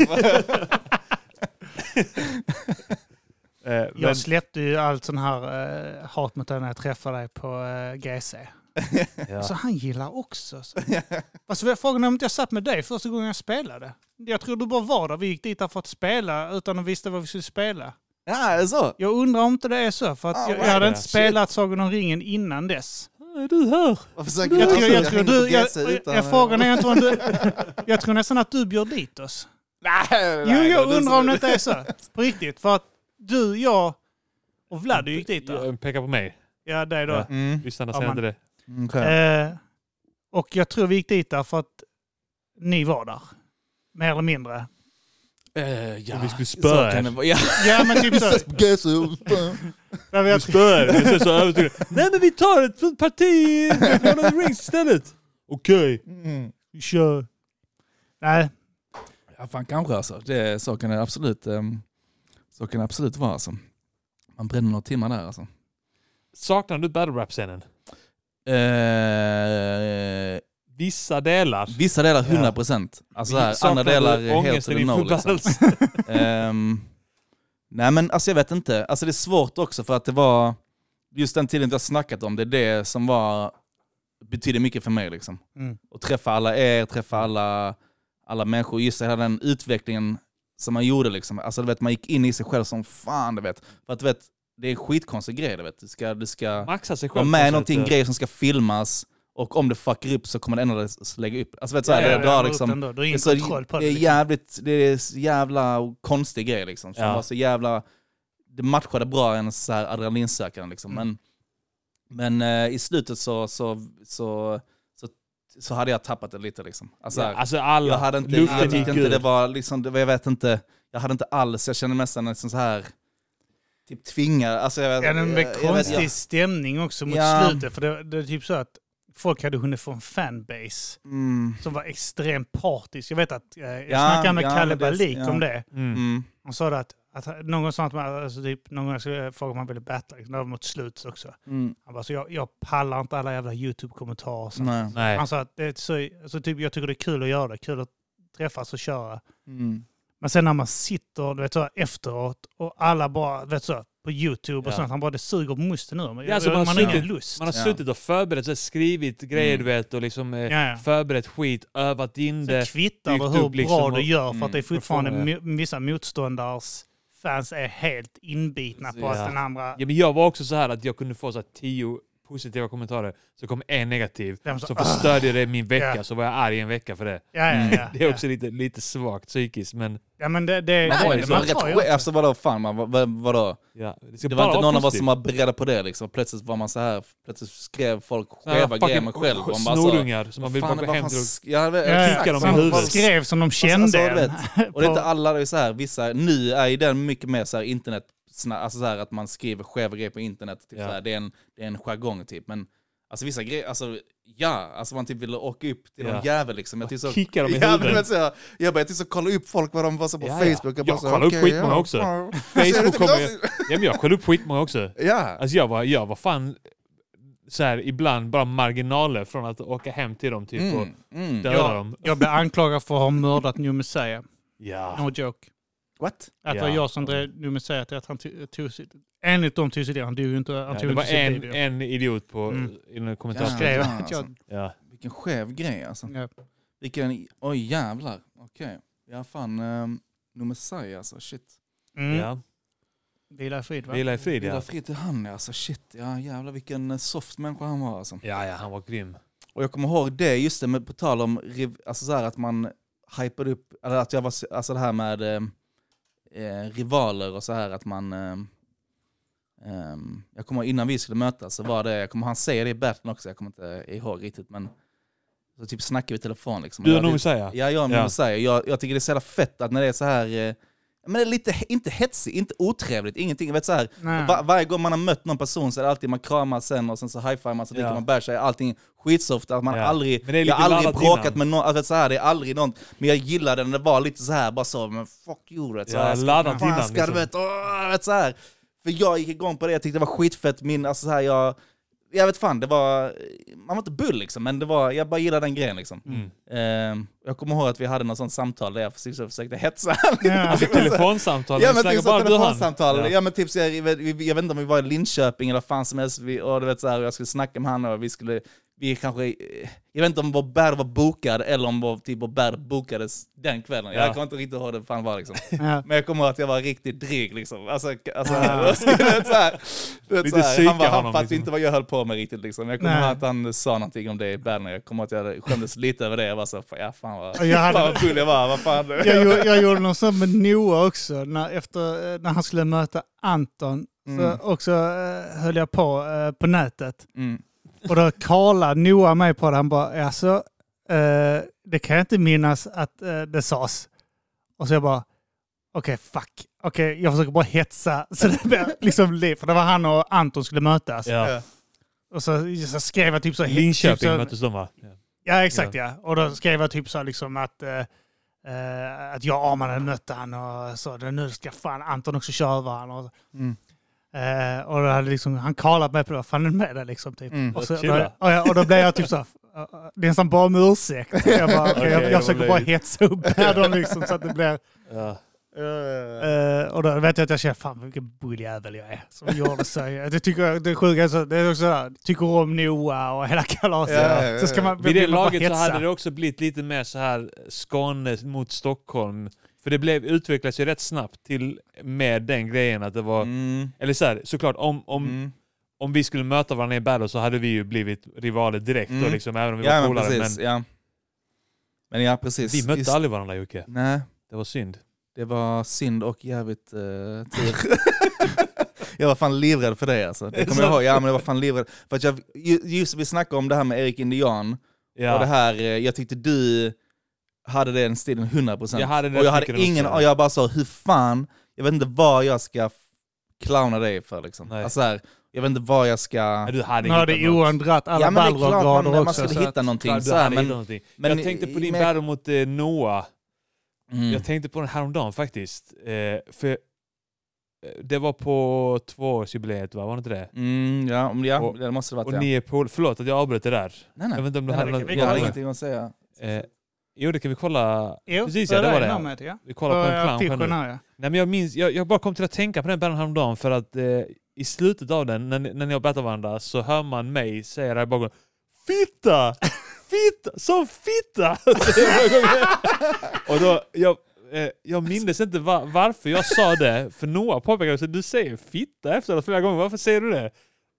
Jag släppte ju allt sån här hat mot dig när jag träffade dig på GC. Ja. Så han gillar också. Alltså, frågan är om inte jag satt med dig första gången jag spelade. Jag tror du bara var där. Vi gick dit för att spela utan att visste vad vi skulle spela. Ja, är det så? Jag undrar om inte det är så. För att jag hade inte spelat Sagan om ringen innan dess. Är du här? Jag tror nästan att du bjöd dit oss. Nej, jag undrar om det inte är så. På riktigt. För att du, jag och Vlad gick dit då. Pekar på mig. Ja, det är då. Lyssnarna säger inte det. Okay. Och jag tror vi gick dit där för att ni var där. Mer eller mindre. Ja, vi skulle spöa. Ja, men typ så. Vi spöar. Så övertygad. Nej, men vi tar ett parti från Rings istället. Okej. Vi kör. Nej. Ja, fan kanske alltså. Så kan det absolut vara alltså. Man bränner några timmar där alltså. Saknar du battle rap-scenen? Vissa delar 100%. Alltså här, andra delar helt eller no liksom. Nej men alltså jag vet inte. Alltså det är svårt också för att det var just den tiden jag snackat om. Det är det som betyder mycket för mig liksom. Och träffa alla människor. Just hela den utvecklingen som man gjorde liksom. Alltså du vet, man gick in i sig själv som fan, du vet. För att du vet, det är en skitkonstig grej, du vet. Du ska maxa sig själv. vara med någonting grejer som ska filmas. Och om det fuckar upp så kommer det ändå lägga upp. Alltså vet du, det är jävla konstig grej liksom. Som var så jävla, det matchade bra en så här adrenalinsökande liksom. Men i slutet så hade jag tappat det lite liksom. Alltså alla jag hade inte det var liksom, jag vet inte, jag hade inte alls, jag kände nästan liksom så här typ tvingar, alltså jag vet, med konstig stämning också mot slutet, för det är typ så att folk hade hunnit få en fanbase som var extremt partisk. Jag vet att jag snackade med Kalle Balik om det. Han sa att någon sa att någon gång skulle fråga om man ville battla liksom, mot slut också. Han bara, så jag pallar inte alla jävla YouTube-kommentarer. Nej. Han sa att det är så typ, jag tycker det är kul att göra det. Kul att träffas och köra. Men sen när man sitter, du vet, så efteråt och alla bara, vet så, på YouTube och sånt, han bara, det suger på musten nu. Ja, alltså man har ingen lust. Man har suttit och förberett, skrivit grejer, du vet, och liksom förberett skit, övat in det. Så kvittar hur liksom, bra du gör, för att det är fortfarande vissa motståndars fans är helt inbitna på att den andra... Ja, men jag var också så här att jag kunde få så här positiva kommentarer så kom en negativ. Så förstörde det min vecka, så var jag arg en vecka för det. Ja. Det är också lite svagt psykiskt, men... Ja, men det alltså vadå fan, vadå? Ja, det var inte någon av oss som var beredda på det liksom. Plötsligt var man så här, plötsligt skrev folk själva grejer med själv. Snorungar som man vill bara gå hem till kicka dem i huvudet. Skrev som de kände. Och det är inte alla, det är så här, vissa, nu är det mycket mer så här internet, alltså så här att man skriver själva grejer på internet. Typ så här, det är en jargong typ, men alltså vissa grejer, alltså man typ ville åka upp till någon jävel liksom. Jag så kicka dem i huvudet. Jag började så kolla upp folk vad de var så på Facebook. Jag kollade upp skitmånga också. Facebook men jag kollade upp skitmånga också. Ja. Alltså jag var fan så här ibland bara marginaler från att åka hem till dem typ och döda dem. Jag blev anklagad för att ha mördat New Messiah. Ja. No joke. What? Att det var jag som drev New Messiah till att han tog sitt... Enligt de tog sitt han dog ju inte. Det var en idiot på i en kommentar. Vilken skev grej alltså. Ja. Oj jävlar. Okej. Ja fan, New Messiah alltså, shit. Ja. Vila i frid, va? Vila i frid, Vila i frid till han, alltså shit. Ja jävlar vilken soft människa han var alltså. Ja, han var grym. Och jag kommer ihåg det, just det, med på tal om alltså så här att man hypade upp, eller att jag var, alltså det här med rivaler och så här att man jag kommer innan vi skulle mötas så var det, han säger det i battlen också, jag kommer inte ihåg riktigt, men så typ snackar vi i telefon liksom. Du och nog säga. Ja, jag och nog säga. Jag tycker det är så jävla fett att när det är så här men det är lite, inte hetsigt, inte otrevligt, ingenting. Jag vet så här, varje gång man har mött någon person så är det alltid man kramar sen och sen så high-five man så dricker man bär sig, allting skitsoft, att man aldrig, jag har aldrig bråkat med någon, alltså så här, det är aldrig någon, men jag gillade när det var lite så här, bara så, men fuck you, vet så här, laddat innan liksom. Vet så här, för jag gick igång på det, jag tyckte det var skitfett, alltså så här, jag vet fan, det var, man var inte bull liksom, men det var, jag bara gillade den grejen liksom. Jag kommer ihåg att vi hade något sånt samtal där jag försökte hetsa. Alltså telefonsamtal? Ja, men typ så telefonsamtal. Ja, men typ så jag vet inte om vi var i Linköping eller fan som helst, och du vet så här, och jag skulle snacka med han och vi kanske, jag vet inte om vår bärd var bokad eller om vår bärd bokades den kvällen. Jag kommer inte riktigt ihåg det fan var liksom. Men jag kommer ihåg att jag var riktigt dryg liksom. Alltså han fattade inte vad jag höll på med riktigt liksom. Jag kommer ihåg att han sa någonting om det i bärden. Jag kommer ihåg att jag skämdes lite över det. Jag var så, fan vad full jag var. Vad fan. Jag gjorde något sånt med Noah också. När han skulle möta Anton så också höll jag på nätet. Och då kallade Noah mig på det. Han bara, alltså, det kan jag inte minnas att det sades. Och så jag bara, okej, jag försöker bara hetsa. Så det blev liksom liv. För det var han och Anton skulle mötas. Ja. Och så skrev jag typ så... Linköping möttes de, va? Ja, exakt, ja. Och då skrev jag typ så liksom att jag och Arman hade mött han och så. Nu ska fan Anton också köra över han. Och då hade liksom, han kallat mig på det, vad fan är det med det liksom typ. Och då blev jag typ så det är nästan bara om ursäkt. Jag försöker bara hetsa upp dem liksom så att det blir och då vet jag att jag känner fan vilken bulljävel jag är som gjorde så. Jag tycker det är sjukt, så det är också där, tycker om Noah och hela kalaset. Så ska man vid det laget så hade det också blivit lite mer så här Skåne mot Stockholm. För det utvecklades ju rätt snabbt till med den grejen att det var eller så här, såklart om vi skulle möta varandra i battle så hade vi ju blivit rivaler direkt då liksom, även om vi var polare, men ja, precis. Vi mötte aldrig varandra, Jocke. Nej. Det var synd. Det var synd och jävligt tur. Jag var fan livrädd för det alltså. Det kommer jag ihåg. Ja, men jag var fan livrädd för att just vi snackade om det här med Erik Indian och det här, jag tyckte du hade den stilen 100%. Jag hade ingen, och jag bara sa, hur fan, jag vet inte vad jag ska clowna dig för liksom. Alltså här, jag vet inte vad jag ska... Du hade Johan dratt alla Balrog-grader också. Man skulle hitta någonting. Men jag tänkte på din battle mot Noah. Jag tänkte på den häromdagen faktiskt. För det var på 2-årsjubileet, va? Var det inte det? Det måste det vara. Och ni är på... Förlåt att jag avbröt det där. Nej. Jag vet inte om du hade något... Jag har ingenting att säga. Jo, det kan vi kolla. Precis, det var det. Vi kollar på en clown. Nej, men jag minns, jag bara kom till att tänka på den battlen häromdagen för att i slutet av den, när ni har battlat varandra, så hör man mig säga där i bakgrunden, fitta! Som fitta! Och då, jag minns inte varför jag sa det, för Noah påpekade att du säger fitta efter flera gånger. Varför säger du det?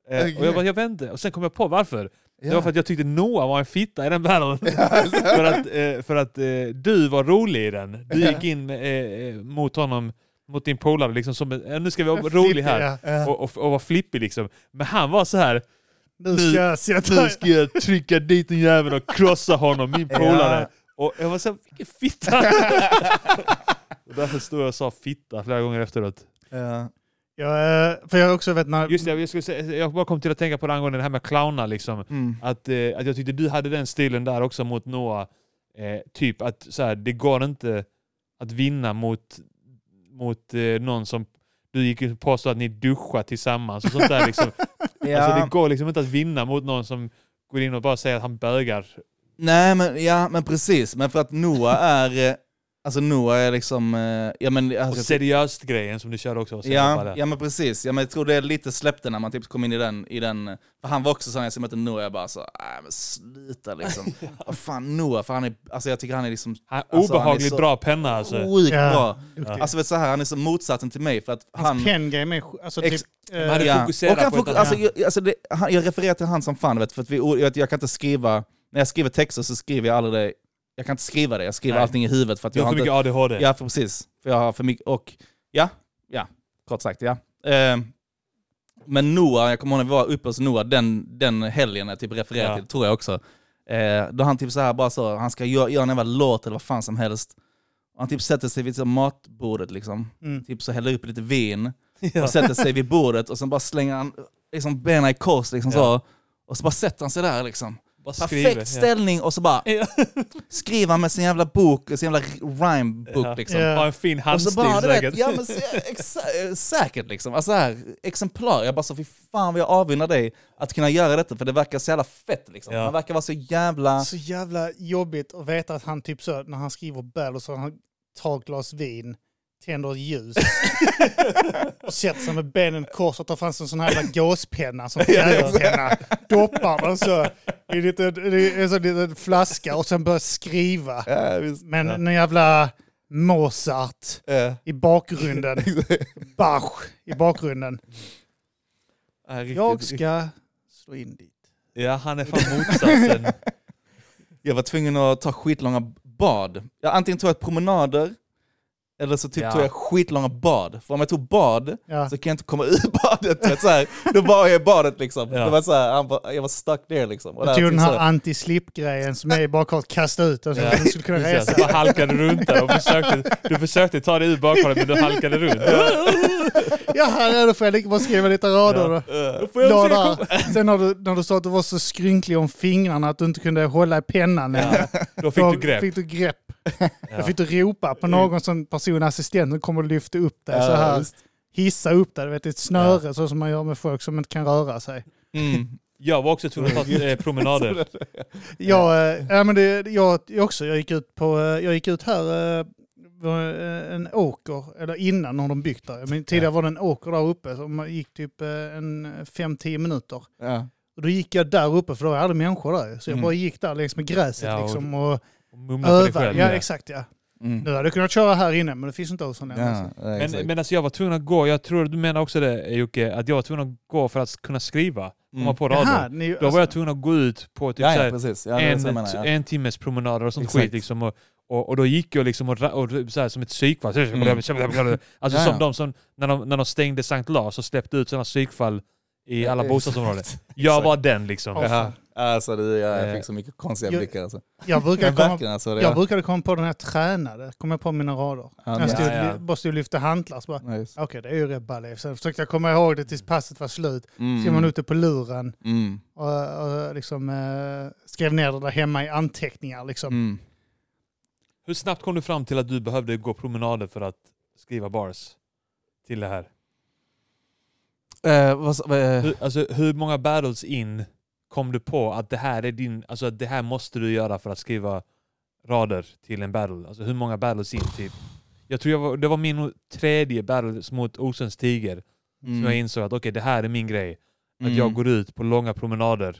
Och jag vet inte. Och sen kom jag på varför. Det var för att jag tyckte Noah var en fitta i den battlen. för att du var rolig i den. Du gick in mot honom, mot din polare liksom som nu ska vi vara rolig här och vara flippig liksom. Men han var så här: nu ska jag trycka dit en jävel och krossa honom, min polare. Och jag var så här, vilken fitta. Och därför stod jag och sa fitta flera gånger efteråt. För jag också vet när... Just det, jag bara kom till att tänka på det angående det här med clowna liksom. Att jag tyckte du hade den stilen där också mot Noah. Typ att så här, det går inte att vinna mot någon som du gick och påstod att ni duschar tillsammans och sånt där liksom. Alltså det går liksom inte att vinna mot någon som går in och bara säger att han bögar. Nej, men precis. Men för att Noah är liksom... och seriöst grejen som du kör också. Ja, men precis. Ja, men jag tror det är lite släppte när man typ kom in i den... För han var också sån, jag mötte Noah, jag bara så... men sluta liksom. Vad fan Noah? För han är... Alltså jag tycker han är liksom... Han är obehagligt så bra penna alltså. Sjukt bra. Alltså vet så här, han är så motsatsen till mig för att hans pengame är... Alltså typ... Jag refererar till han som fan, vet, för att jag kan inte skriva... När jag skriver texter så skriver jag aldrig det. Jag kan inte skriva det. Jag skriver allting i huvudet för att jag har för mycket ADHD. Ja, precis. För jag har för mycket och kort sagt, ja. Men Noah, jag kommer ihåg när vi var uppe hos Noah den helgen jag typ refererar till, tror jag också. Då han typ så här bara så, han ska göra en jävla låt eller vad fan som helst. Och han typ sätter sig vid matbordet liksom. Typ så häller upp lite vin och sätter sig vid bordet och sen bara slänger han liksom benen i kors liksom så. Och så bara sätter han sig där liksom. Perfekt ställning och så bara skriva med sin jävla bok, sin jävla rhymebok liksom. Har en fin handstil säkert. Ja men säkert liksom. Alltså här, exemplar. Jag bara så, fy fan vad jag avunnar dig att kunna göra detta, för det verkar så jävla fett liksom. Man verkar vara så jävla jobbigt att veta att han typ så, när han skriver bell och så han tar ett glas vin, tänder ett ljus och sätter sig med benen kors och tar fram en sån här gåspenna som fjärilspenna, doppar den så i en sån liten flaska och sen börjar skriva. Men en jävla Mozart i bakgrunden. Bach i bakgrunden. Jag ska slå in dit. Ja, han är fan motsatsen. Jag var tvungen att ta skitlånga bad. Jag antingen tog ett promenader eller så typ tog jag skitlånga bad. För om jag tog bad så kan jag inte komma ur badet. Vet, så här. Då var jag i badet liksom. Det var så här, jag var stuck there liksom. Och jag tog den här anti-slip-grejen som är bara kort kasta ut. Så du skulle kunna resa. Du bara halkade runt där och du försökte ta dig ur bakhållet men du halkade runt. Då får jag lika bara skriva lite rader. Då. Sen när du sa att du var så skrynklig om fingrarna att du inte kunde hålla i pennan. Då fick du grepp. Jag fick ropa på någon som personassistent som kommer att lyfta upp dig så här. Just. Hissa upp dig, vet, ett snöre så som man gör med folk som inte kan röra sig. Jag var också tvungen att ta promenader. Jag gick ut här en åker, eller innan när de byggt där. Men tidigare var det en åker där uppe som man gick typ 5-10 minuter. Ja. Och då gick jag där uppe för då var aldrig människor där. Så jag bara gick där längs med gräset liksom och övade. Ja, exakt ja. Nu hade jag kunnat köra här inne, men det finns inte hos sån Men alltså jag var tvungen att gå. Jag tror du menar också det, Jocke, att jag var tvungen att gå för att kunna skriva. Komma på radio. Då var jag tvungen att gå ut på typ en timmes promenader och sånt skit liksom. Och då gick jag liksom och så här, som ett psykfall. Alltså som de som när de stängde Sankt Lars och släppte ut sådana psykfall i alla bostadsområden. Jag var den liksom. Alltså jag fick så mycket konstiga blickar alltså. Jag brukade komma på den här tränade. Kom jag på mina rader. Jag stod och lyfte hantlar. Okej, det är ju rätt ballet. Sen försökte jag komma ihåg det tills passet var slut. Så man ute på luren. Och liksom skrev ner det där hemma i anteckningar liksom. Hur snabbt kom du fram till att du behövde gå promenader för att skriva bars till det här? Hur många battles in kom du på att det här är det här måste du göra för att skriva rader till en battle? Alltså hur många battles in typ? Jag tror det var min tredje battle mot Osens tiger som jag insåg att okej, det här är min grej. Att jag går ut på långa promenader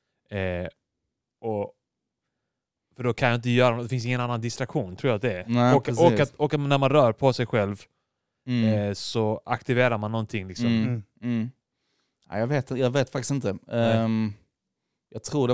och för då kan jag inte göra det finns ingen annan distraktion, tror jag att det är. Nej, och när man rör på sig själv så aktiverar man någonting liksom. Ja, jag vet faktiskt inte. Jag tror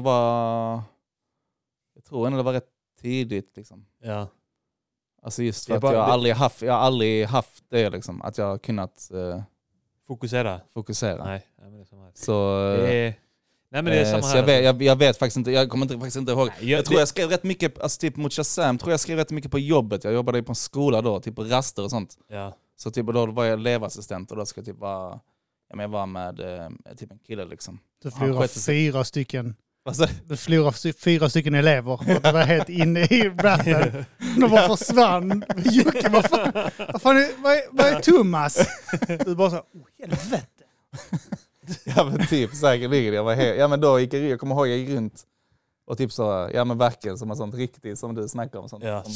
ändå det var rätt tidigt liksom. Ja. Alltså just för att jag har aldrig haft det liksom, att jag har kunnat fokusera. Nej, men det är som här. Så nej men det är samma så här. jag vet faktiskt inte, jag kommer faktiskt inte ihåg. Nej, jag tror jag skrev rätt mycket, alltså typ mot Shazam, tror jag skrev rätt mycket på jobbet. Jag jobbade på en skola då, typ på raster och sånt. Ja. Så typ då var jag elevassistent och då ska jag typ vara, jag var med typ en kille liksom. Du förlorade 4 stycken. Alltså? Du förlorade 4 stycken elever för att du var helt inne i battlen. De bara försvann. Jocke, vad är Thomas? Du bara så, helvete. Ja men typ säkerligen. Ja men då jag kommer ihåg jag gick runt och typ så, ja men verkligen som en sånt riktigt som du snackar om. Sånt. Ja.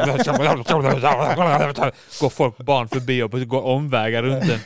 Går folk barn förbi och går omvägar runt den.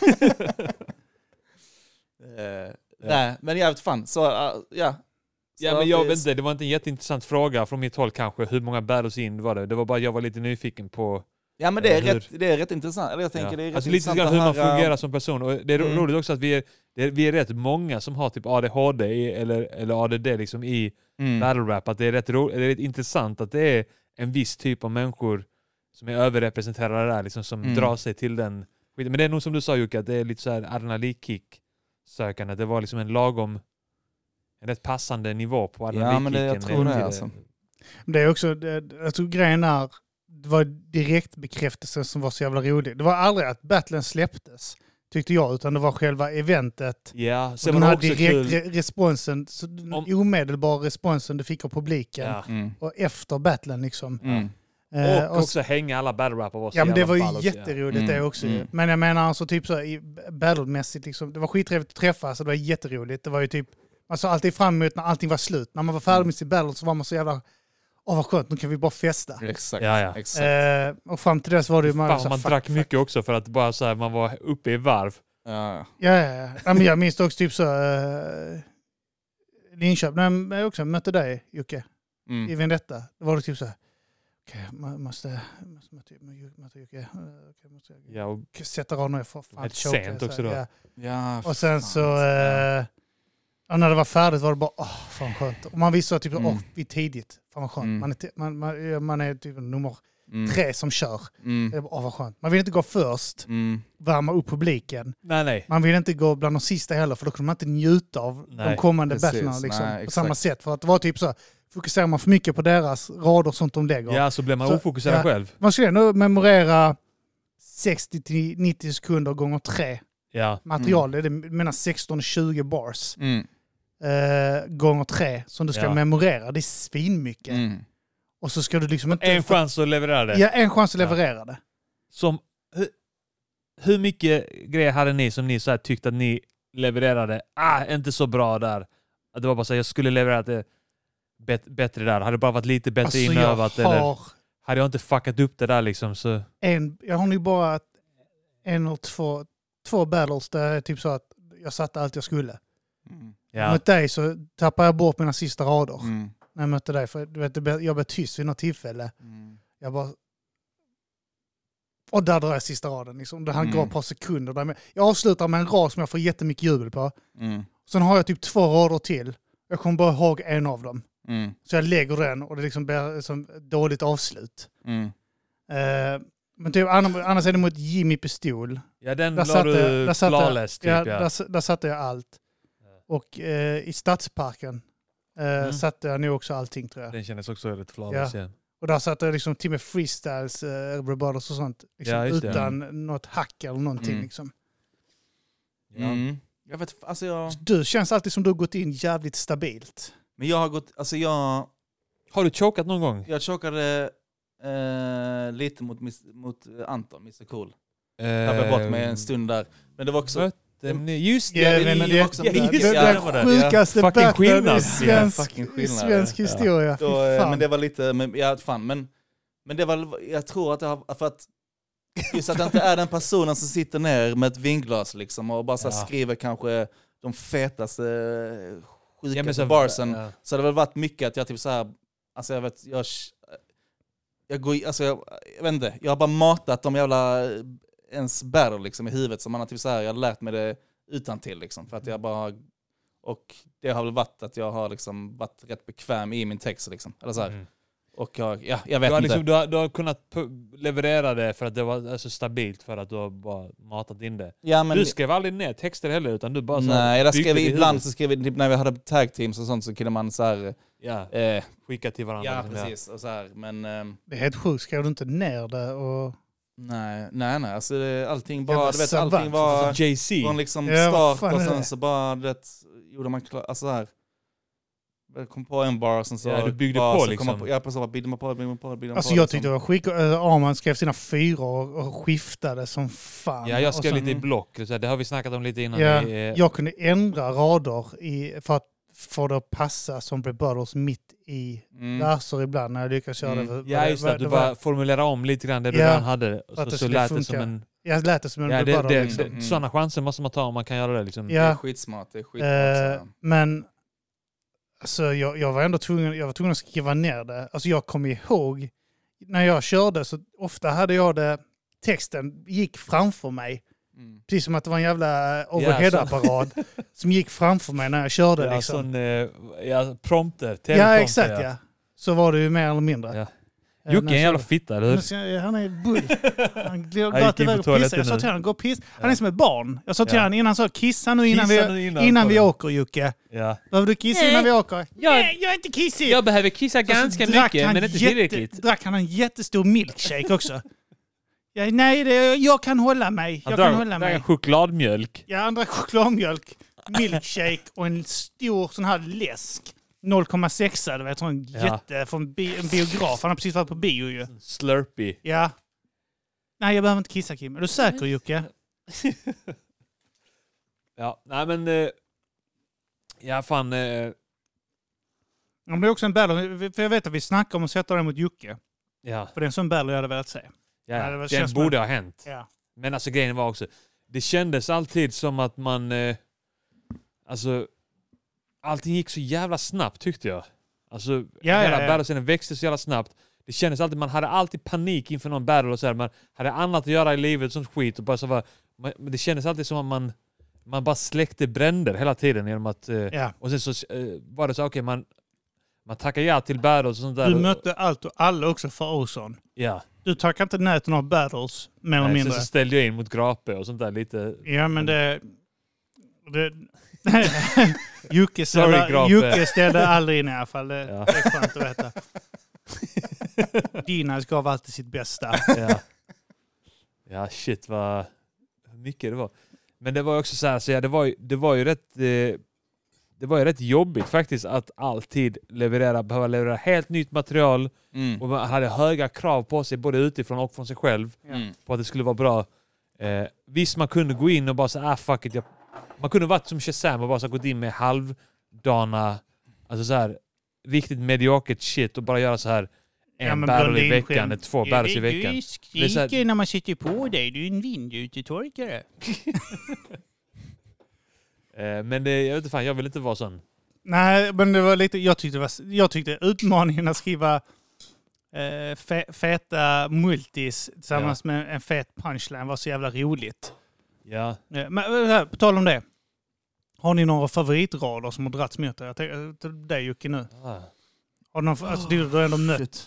Nej, men jag vet fan. Så, ja. Ja, men jag vet inte, det var inte en jätteintressant fråga från mitt håll kanske. Hur många battles in var det? Det var bara jag var lite nyfiken på... Ja, men det är rätt intressant. Eller jag tänker det är rätt alltså intressant lite grann hur man fungerar som person. Och det är roligt också att vi är rätt många som har typ ADHD eller ADD liksom i battle rap. Att det är rätt intressant att det är en viss typ av människor som är överrepresenterade där liksom, som drar sig till den. Men det är nog som du sa Jocke, att det är lite så här adrenalinkick sökande. Det var liksom en rätt passande nivå på adrenalinkicken. Ja, men jag tror det alltså. Det är också, jag tror grejen är, det var direktbekräftelsen som var så jävla rolig. Det var aldrig att battlen släpptes, tyckte jag, utan det var själva eventet. Ja, så den här responsen, omedelbar responsen du fick av publiken och efter battlen liksom. Och också hänga alla battle rap av oss. Ja, men det var ju jätteroligt det också. Men jag menar alltså typ så i battlemässigt liksom, det var skittrevligt att träffas och det var jätteroligt. Det var ju typ, man såg alltid fram emot när allting var slut. När man var färdig med sin battle så var man så jävla, vad skönt, nu kan vi bara festa. Exakt. Ja. Exakt. Och fram till dess var det ju man drack mycket också för att bara så här, man var uppe i varv. Ja. Men jag minns också typ så Linköping, när jag också mötte dig Jocke i Vendetta. Det var det typ så här, okej, måste Jocke. Ja, och sätta raden ner för fan. Ett sent också då. Ja, och sen så när det var färdigt var det bara fan skönt. Och man visste att typ vi är tidigt. Fan vad skönt. Man är typ nummer 3 som kör. Det är bara, vad skönt. Man vill inte gå först. Värma upp publiken. Nej. Man vill inte gå bland de sista heller för då kommer man inte njuta av de kommande battlarna liksom, på samma sätt. För att det var typ så, fokuserar man för mycket på deras rader och sånt de lägger. Ja, så blir man ofokuserad själv. Man skulle ändå memorera 60-90 sekunder gånger 3 material. Det är menar 16-20 bars. Gånger 3 som du ska memorera. Det är svinmycket. Och så ska du liksom inte... En chans att leverera det. Ja, en chans att leverera det. Som... Hur mycket grejer hade ni som ni så här tyckte att ni levererade? Inte så bra där. Att det var bara så här, jag skulle leverera det bättre där. Hade det bara varit lite bättre inövat? Eller hade jag inte fuckat upp det där liksom? Så... Jag har nu bara en eller två battles där typ så att jag satte allt jag skulle. Mot dig så tappade jag bort mina sista rader. När jag mötte dig. För du vet, jag blev tyst vid något tillfälle. Jag bara... Och där drar jag sista raden. Liksom. Det här går ett par sekunder. Där jag avslutar med en rad som jag får jättemycket jubel på. Sen har jag typ 2 rader till. Jag kommer bara ihåg en av dem. Så jag lägger den och det liksom blir som dåligt avslut. Men typ, annars är det mot Jimmy Pistol. Ja, den la du flawless typ. Där satte jag allt. Och i Stadsparken satte jag nog också allting tror jag. Den kändes också rätt flawless. Ja. Och där satte jag liksom till med freestyles, Everybody's och sånt. Liksom, utan något hack eller någonting liksom. Jag vet, alltså Du känns alltid som du har gått in jävligt stabilt. Men jag har gått, alltså Har du chokat någon gång? Jag chokade lite mot Anton, Mr. Cool. Jag blev bort med en stund där. Men det var också... Just det, det också den sjukaste battlen i svensk historia. Men det var lite... Men det var... Jag tror att det har... För att just att det inte är den personen som sitter ner med ett vinglas liksom och bara så skriver kanske de fetaste sjukaste barsen. Så det har väl varit mycket att jag typ så här... Alltså jag vet... Jag vet inte. Jag har bara matat de jävla ens battle liksom i huvudet som man har typ så här, jag har lärt mig det utantill liksom. För att jag bara... Och det har väl varit att jag har liksom varit rätt bekväm i min text liksom. Eller så här. Och jag vet inte. Liksom, du har kunnat leverera det för att det var så stabilt, för att du har bara matat in det. Ja, men... Du skrev aldrig ner texter heller, utan du bara så... Nej, jag skrev ibland så skrev vi, typ när vi hade tag teams och sånt, så kunde man så här... skicka till varandra. Ja, precis. Och så här, men... det är helt sjukt, skrev du inte ner det och... Nej. Alltså allting bara... Du vet, allting var... JC. Från liksom start och sen så bara... Det gjorde man klart... Alltså så här... Jag kom på en bar som så... Ja, du byggde på liksom. Ja, precis. Byggde man på. Alltså jag tyckte det var skit. Arman skrev sina 4 och skiftade som fan. Ja, jag skrev sen, lite i block. Det har vi snackat om lite innan. Ja, jag kunde ändra rader för att få det att passa som Brave Brothers mitt i verser ibland när jag lyckas köra det. Ja, just det. Du bara formulerar om lite grann det du redan hade. Så lät det som en... Jag lät det som en Brave Brothers. Liksom. Sådana chanser måste man ta om man kan göra det. Liksom. Ja. Det är skitsmart. Men... Alltså jag var ändå tvungen att skriva ner det. Alltså jag kom ihåg när jag körde så ofta hade jag det, texten gick framför mig. Precis som att det var en jävla overhead-apparat som gick framför mig när jag körde. Ja, liksom. Prompter. Ja, exakt ja. Så var det ju mer eller mindre. Ja. Jocke är en jävla fitta, eller hur? Han är bull. Han går till iväg och pissar. Jag sa till honom, gå och piss. Han är som ett barn. Jag sa till honom innan, så kissa nu innan vi åker, Jocke. Ja. Behöver du kissa innan vi åker? Nej, jag är inte kissig. Jag behöver kissa ganska mycket, men inte tillräckligt. Drack han en jättestor milkshake också. Jag kan hålla mig. Han drack chokladmjölk. Ja, han drack chokladmjölk, milkshake och en stor sån här läsk. 0,6, du vet, sån jätte från en biograf. Han har precis varit på bio ju. Slurpee. Ja. Nej, jag behöver inte kissa, Kim. Är du säker, Jocke? Ja, nej men... ja, fan... Ja, men det är också en battle. För jag vet att vi snackar om att sätta den mot Jocke. Ja. För det är en sån battle jag hade velat se. Ja, det borde ha hänt. Ja. Men alltså grejen var också... Det kändes alltid som att man... alltså... Allting gick så jävla snabbt, tyckte jag. Alltså, hela battlescenen växte så jävla snabbt. Det kändes alltid, man hade alltid panik inför någon battle och så här. Man hade annat att göra i livet, sånt skit. Och bara så det kändes alltid som att man bara släckte bränder hela tiden genom att... Och sen så var det så, okej, man tackar ja till battles och sånt där. Du mötte allt och alla också för Ozone. Ja. Du tackar inte nej till några battles, mer eller mindre. Sen så ställde jag in mot Grape och sånt där lite... Ja, men det Jocke ställde aldrig in i alla fall. Det är skönt att veta. Dinas gav alltid sitt bästa. Ja, shit vad mycket det var. Men det var också så här, så det var ju rätt jobbigt faktiskt att alltid behöva leverera helt nytt material. Och man hade höga krav på sig både utifrån och från sig själv på att det skulle vara bra. Visst, man kunde gå in och bara säga fuck it, man kunde varit som Shazam och bara så gått in med halvdana, alltså så här riktigt mediokert shit och bara göra så här en battle i veckan, 2 battles i veckan. Du skriker när man sitter på dig, du är en vindrutetorkare. Men jag vet inte fan, jag vill inte vara sån. Nej, men det var lite, jag tyckte utmaningen att skriva feta multis tillsammans med en fet punchline var så jävla roligt. Ja. Men på tal om det. Har ni några favoritrader som har dragits mot er? Jag tänker till dig, Jocke, nu. Har du någon, alltså du har ändå mött?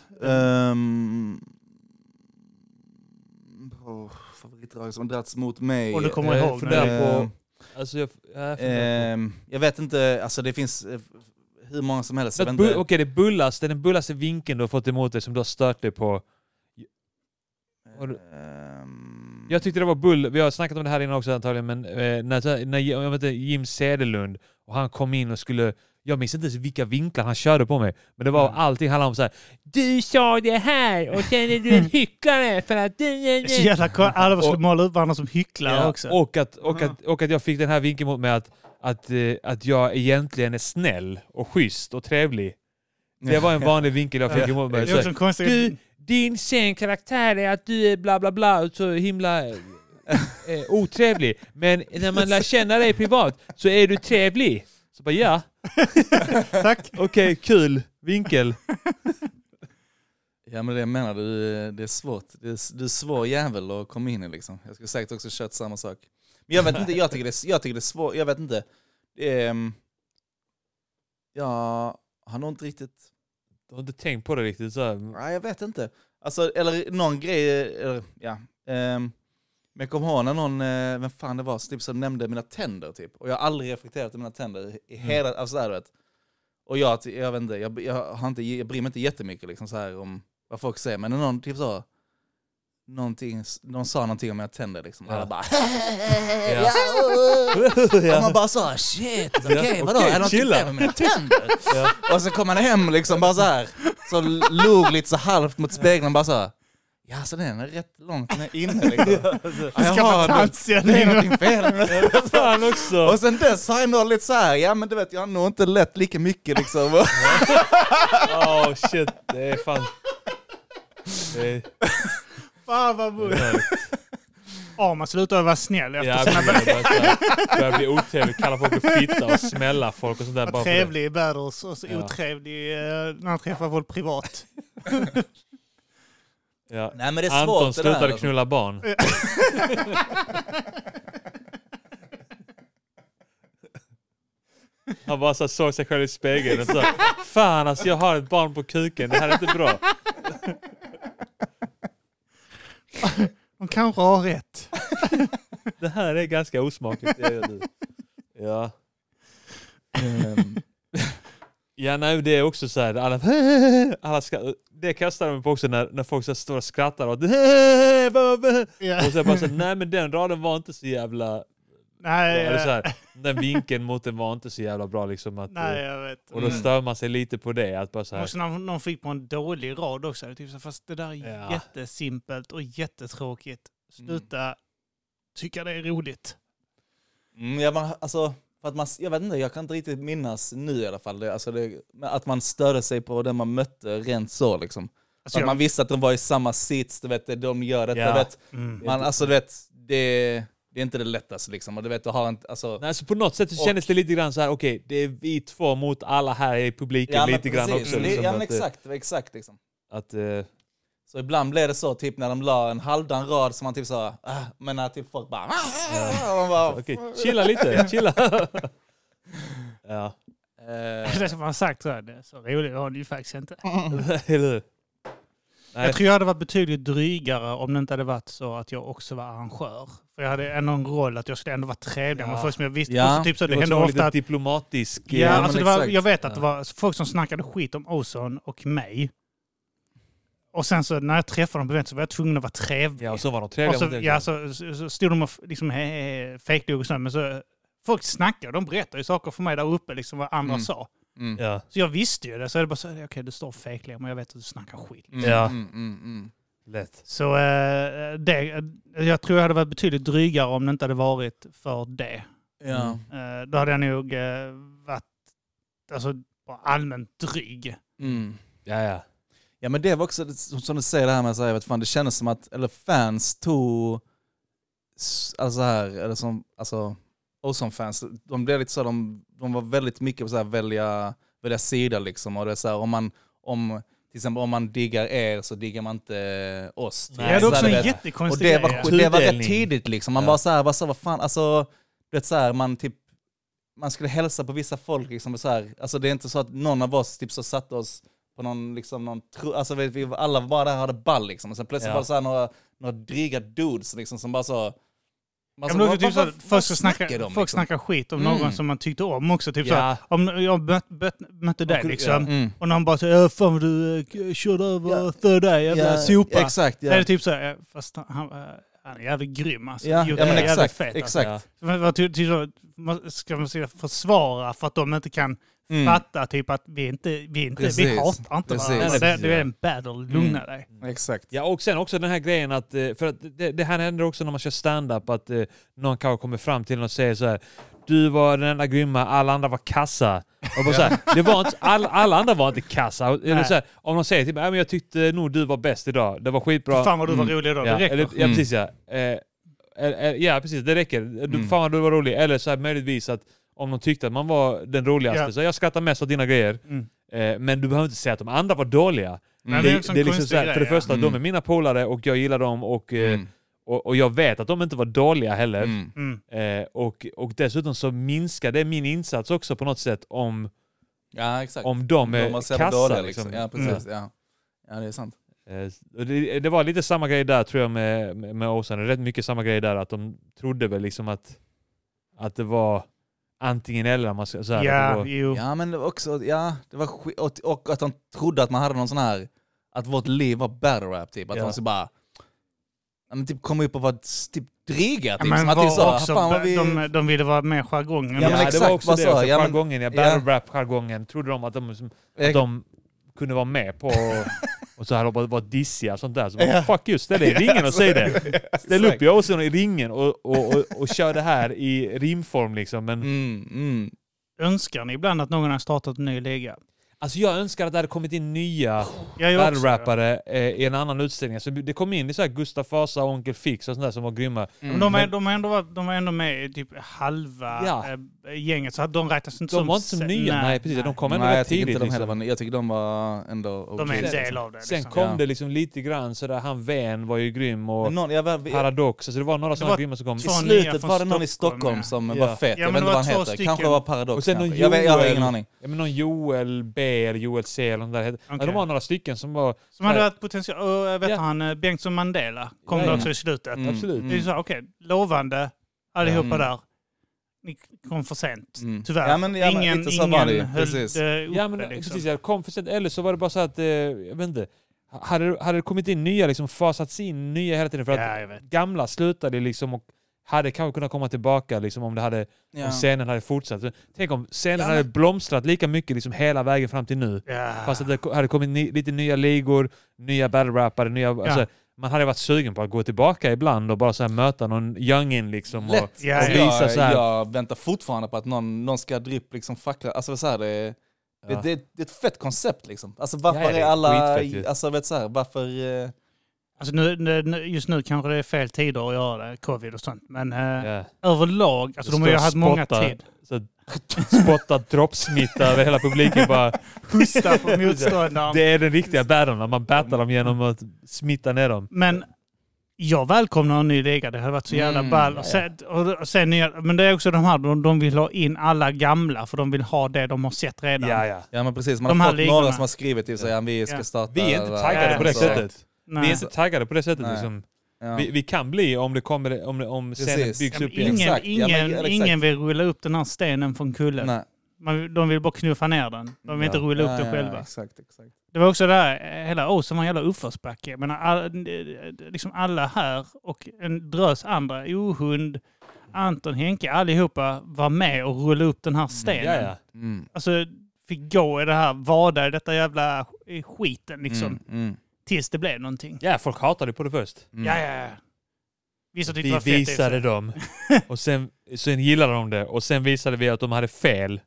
Favoritrader som har dragits mot mig. Och du kommer ihåg på, alltså jag vet inte, alltså det finns hur många som helst. Okej, den bullaste vinkeln du har fått emot dig som du har stört dig på. Jag tyckte det var bull. Vi har snackat om det här innan också antagligen, men när jag vet inte, Jim Cederlund och han kom in och skulle, jag minns inte vilka vinklar han körde på mig, men det var allting handlade om så här: du sa det här och sen är du en hycklare för att du... Så jävla cool. Alla skulle måla upp varandra som hycklare också. Och att jag fick den här vinkeln mot mig att jag egentligen är snäll och schysst och trevlig. Det var en vanlig vinkel jag fick emot mig. Det är också en konstig... Din scenkaraktär är att du är bla bla bla och så himla otrevlig. Men när man lär känna dig privat så är du trevlig. Så bara ja. Tack. Okej, kul. Vinkel. Ja, men det jag menar, det är svårt. Du är svår jävel att komma in i liksom. Jag skulle säkert också kört samma sak. Men jag vet inte, jag tycker det är svårt. Jag vet inte. Jag har nog inte riktigt... Du har inte tänkt på det riktigt så här. Nej, jag vet inte. Alltså, eller någon grej... Eller, ja. Men jag kommer ihåg när någon... vem fan det var typ, som nämnde mina tänder, typ. Och jag har aldrig reflekterat över mina tänder. I hela... Alltså, där, vet. Och jag vet inte, jag bryr mig inte jättemycket liksom, så här, om vad folk säger. Men när någon typ så... Någon sa någonting om mina tänder liksom. Alla bara... Och man bara så shit, okej, vadå? Är det något fel med mina tänder? Och så kom man hem liksom bara så här. Så låg lite så halvt mot spegeln bara så. Ja, så den är rätt långt inne liksom. Det är någonting fel. Fan också. Och sen dess har jag nog lite så här, ja men du vet, jag har nog inte lätt lika mycket liksom. Shit, det är fan... Fan vad bull. Man slutar vara snäll efter börjar bli otrevlig, kalla folk för fitta och smälla folk och sånt där. Trevlig i battles och så otrevlig när han träffar folk privat. Nej, men det är svårt. Anton slutade knulla barn. Han bara så såg sig själv i spegeln och så, fan alltså jag har ett barn på kuken, det här är inte bra. De kanske har rätt. Det här är ganska osmakligt. Ja. Ja, nej, det är också så här. Alla det kastar de på också när folk så står och skrattar. Och så bara så nej men den raden var inte så jävla... Nej, så här, den vinkeln mot den var inte så jävla bra liksom att, nej, jag vet. Och då stör man sig lite på det att bara så här. Också när någon fick på en dålig rad också, typ så, fast det där är jättesimpelt och jättetråkigt. Sluta tycka det är roligt. Alltså för att jag vet inte, jag kan inte riktigt minnas nu i alla fall att man störde sig på den man mötte rent så liksom. Alltså, att man visste att de var i samma sits, du vet, de gör detta, vet. Man, alltså du vet, det är inte det lättaste liksom. Och du vet, du har inte, alltså... Nej, så på något sätt så kändes det lite grann så här, okej, det är vi två mot alla här i publiken lite grann också. Liksom, ja, men exakt liksom. Att... Så ibland blev det så, typ när de la en halvdan rad som man typ sa, men när typ folk bara... Okej, chilla lite, chilla. Ja. Det som man har sagt så här, det är så roligt var det ju faktiskt inte. Nej. Jag tror jag hade varit betydligt drygare om det inte hade varit så att jag också var arrangör. För jag hade ändå en roll att jag skulle ändå vara trevlig med folk som jag visste. Ja, typ så det hände ofta lite att, diplomatisk. Ja, alltså jag vet att det var folk som snackade skit om Ozone och mig. Och sen så när jag träffade dem på event så var jag tvungen att vara trevlig. Ja, och så var de trevliga. Och så stod de och liksom fejkdog och sånt. Men så folk snackade, de berättade ju saker för mig där uppe liksom vad andra sa. Ja. Så jag visste ju det. Så jag bara så okej, det står fejkliga, men jag vet att du snackar skit. Lätt. Så jag tror jag hade varit betydligt drygare om det inte hade varit för det. Ja. Då hade jag nog varit alltså, allmänt dryg. Ja, men det var också som du säger det här med att säga, fan, det kändes som att fans tog alltså här, eller som alltså Ozone-fans, de blev lite så, de var väldigt mycket på så här välja sida liksom, och det är så här, till exempel om man diggar er så diggar man inte oss. Nej, det är också en jättekonstig grej. Och det var rätt tidigt liksom. Man bara så här, vad fan, alltså det är så här, man skulle hälsa på vissa folk liksom, så här, alltså det är inte så att någon av oss typ så satte oss på någon liksom alltså vi alla bara där hade ball liksom, och sen plötsligt var det så här några dryga dudes liksom som bara så. Folk snackar skit om någon som man tyckte om också. Typ så, om jag mötte dig liksom. Och någon bara säger, fan vad du körde över för dig, jävla sopa. Exakt, så är det typ så, fast han är jävligt grym. Alltså. Men exakt. Alltså. Ska man säga försvara för att de inte kan fatta typ att vi hatar inte varandra. Det är en battle, lugna dig. Exakt. Ja, och sen också den här grejen att, för att det här händer också när man kör stand-up, att någon kanske kommer fram till och säger så här: du var den enda grymma, alla andra var kassa. Och bara så här, det var inte, alla andra var inte kassa. Eller så här, om de säger typ, men jag tyckte nog du var bäst idag, det var skitbra. Fan vad du var rolig idag, det räcker. Ja, precis ja, precis, det räcker. Fan vad du var rolig. Eller så här, möjligtvis att om de tyckte att man var den roligaste, så jag skrattar mest av dina grejer. Men du behöver inte säga att de andra var dåliga. Det är liksom så här, för det första, de är mina polare och jag gillar dem och Och jag vet att de inte var dåliga heller. Och dessutom så minskade min insats också på något sätt om de är kassa. Liksom. Ja, precis. Ja, det är sant. Det var lite samma grej där tror jag med Ozone. Rätt mycket samma grej där. Att de trodde väl liksom att det var antingen eller. Man ska, så här, Ja, men det var också... Ja, det var och att de trodde att man hade någon sån här... Att vårt liv var battle rap, typ. Att de så bara... Men typ komma upp och vara typ dryga. Typ, som att så, de ville vara med jargongen. Ja, men exakt, det var också det. Så, jargongen, battle rap-jargongen. Trodde de att de kunde vara med på... Och så här var dissiga och sånt där. Så bara, fuck you, ställ dig i ringen och säg det. Ställ upp i Ozone i ringen och kör det här i rimform liksom. Men... Önskar ni ibland att någon har startat en ny liga? Alltså jag önskar att det hade kommit in nya battle-rappare i en annan utställning. Så det kom in i så här Gustaf Fasa och Onkel Fix och sånt där som var grymma. De var ändå med i typ halva gänget, så att de räknas inte de var inte som nya. Nej, precis. De kom ändå rätt tidigt. Jag tycker de var ändå... De är en del av det. Sen kom det liksom lite grann så där. Han Vän var ju grym och Paradox. Alltså det var några sådana grymma som kom. I slutet var det någon i Stockholm som var fet. Jag vet inte vad han heter. Kanske var Paradox. Och sen någon jag har ingen aning. Någon Joel B eller Joel C eller där heter. Okay. De var några stycken som var... Som hade varit potential. Och jag vet han, Bengtsson Mandela kom det också i slutet. Absolut. Det är så okej, lovande allihopa där. Ni kom för sent. Tyvärr. Ingen höll det liksom. Precis, jag kom för sent. Eller så var det bara så att, jag vet inte, hade det kommit in nya, liksom fasats in nya hela tiden för att gamla slutade liksom och hade kanske kunnat komma tillbaka liksom, om scenen hade fortsatt. Tänk om scenen hade blomstrat lika mycket liksom, hela vägen fram till nu. Fast att det hade kommit lite nya ligor, nya battle-rappare, alltså, man hade varit sugen på att gå tillbaka ibland och bara så här möta någon youngin liksom och visa så här. Jag väntar fortfarande på att någon ska drip liksom fackla. Alltså så här, det är ett fett koncept liksom. Alltså varför är alla alltså vet så här, varför alltså just nu kanske det är fel tider att göra det, covid och sånt, men överlag, alltså de har ju haft många tid. Spotta droppsmitta över hela publiken, bara husta på motståndaren. Det är den riktiga battlen, man battar dem genom att smitta ner dem. Men jag välkomnar en ny liga, det har varit så jävla ball. Och sen nya, men det är också de här, de vill ha in alla gamla, för de vill ha det de har sett redan. Ja men precis, man har fått några som har skrivit till sig att vi ska starta. Vi är inte taggade på det sättet. Nej. Vi är inte taggade på det sättet liksom. Ja. Vi kan bli om scenen byggs upp igen. Ingen vill rulla upp den här stenen från kullen. De vill bara knuffa ner den. De vill inte rulla upp den själva. Exakt. Det var också där, hela Ozone var en jävla uppförsbacke. Men liksom alla här och en drös andra, Ohund, Anton, Henke, allihopa var med och rulla upp den här stenen. Alltså fick gå i det här, vada i detta jävla skiten liksom. Tills det blev någonting. Ja, folk hatade på det först. Ja. Vi visade dem. Och sen gillade de det. Och sen visade vi att de hade fel.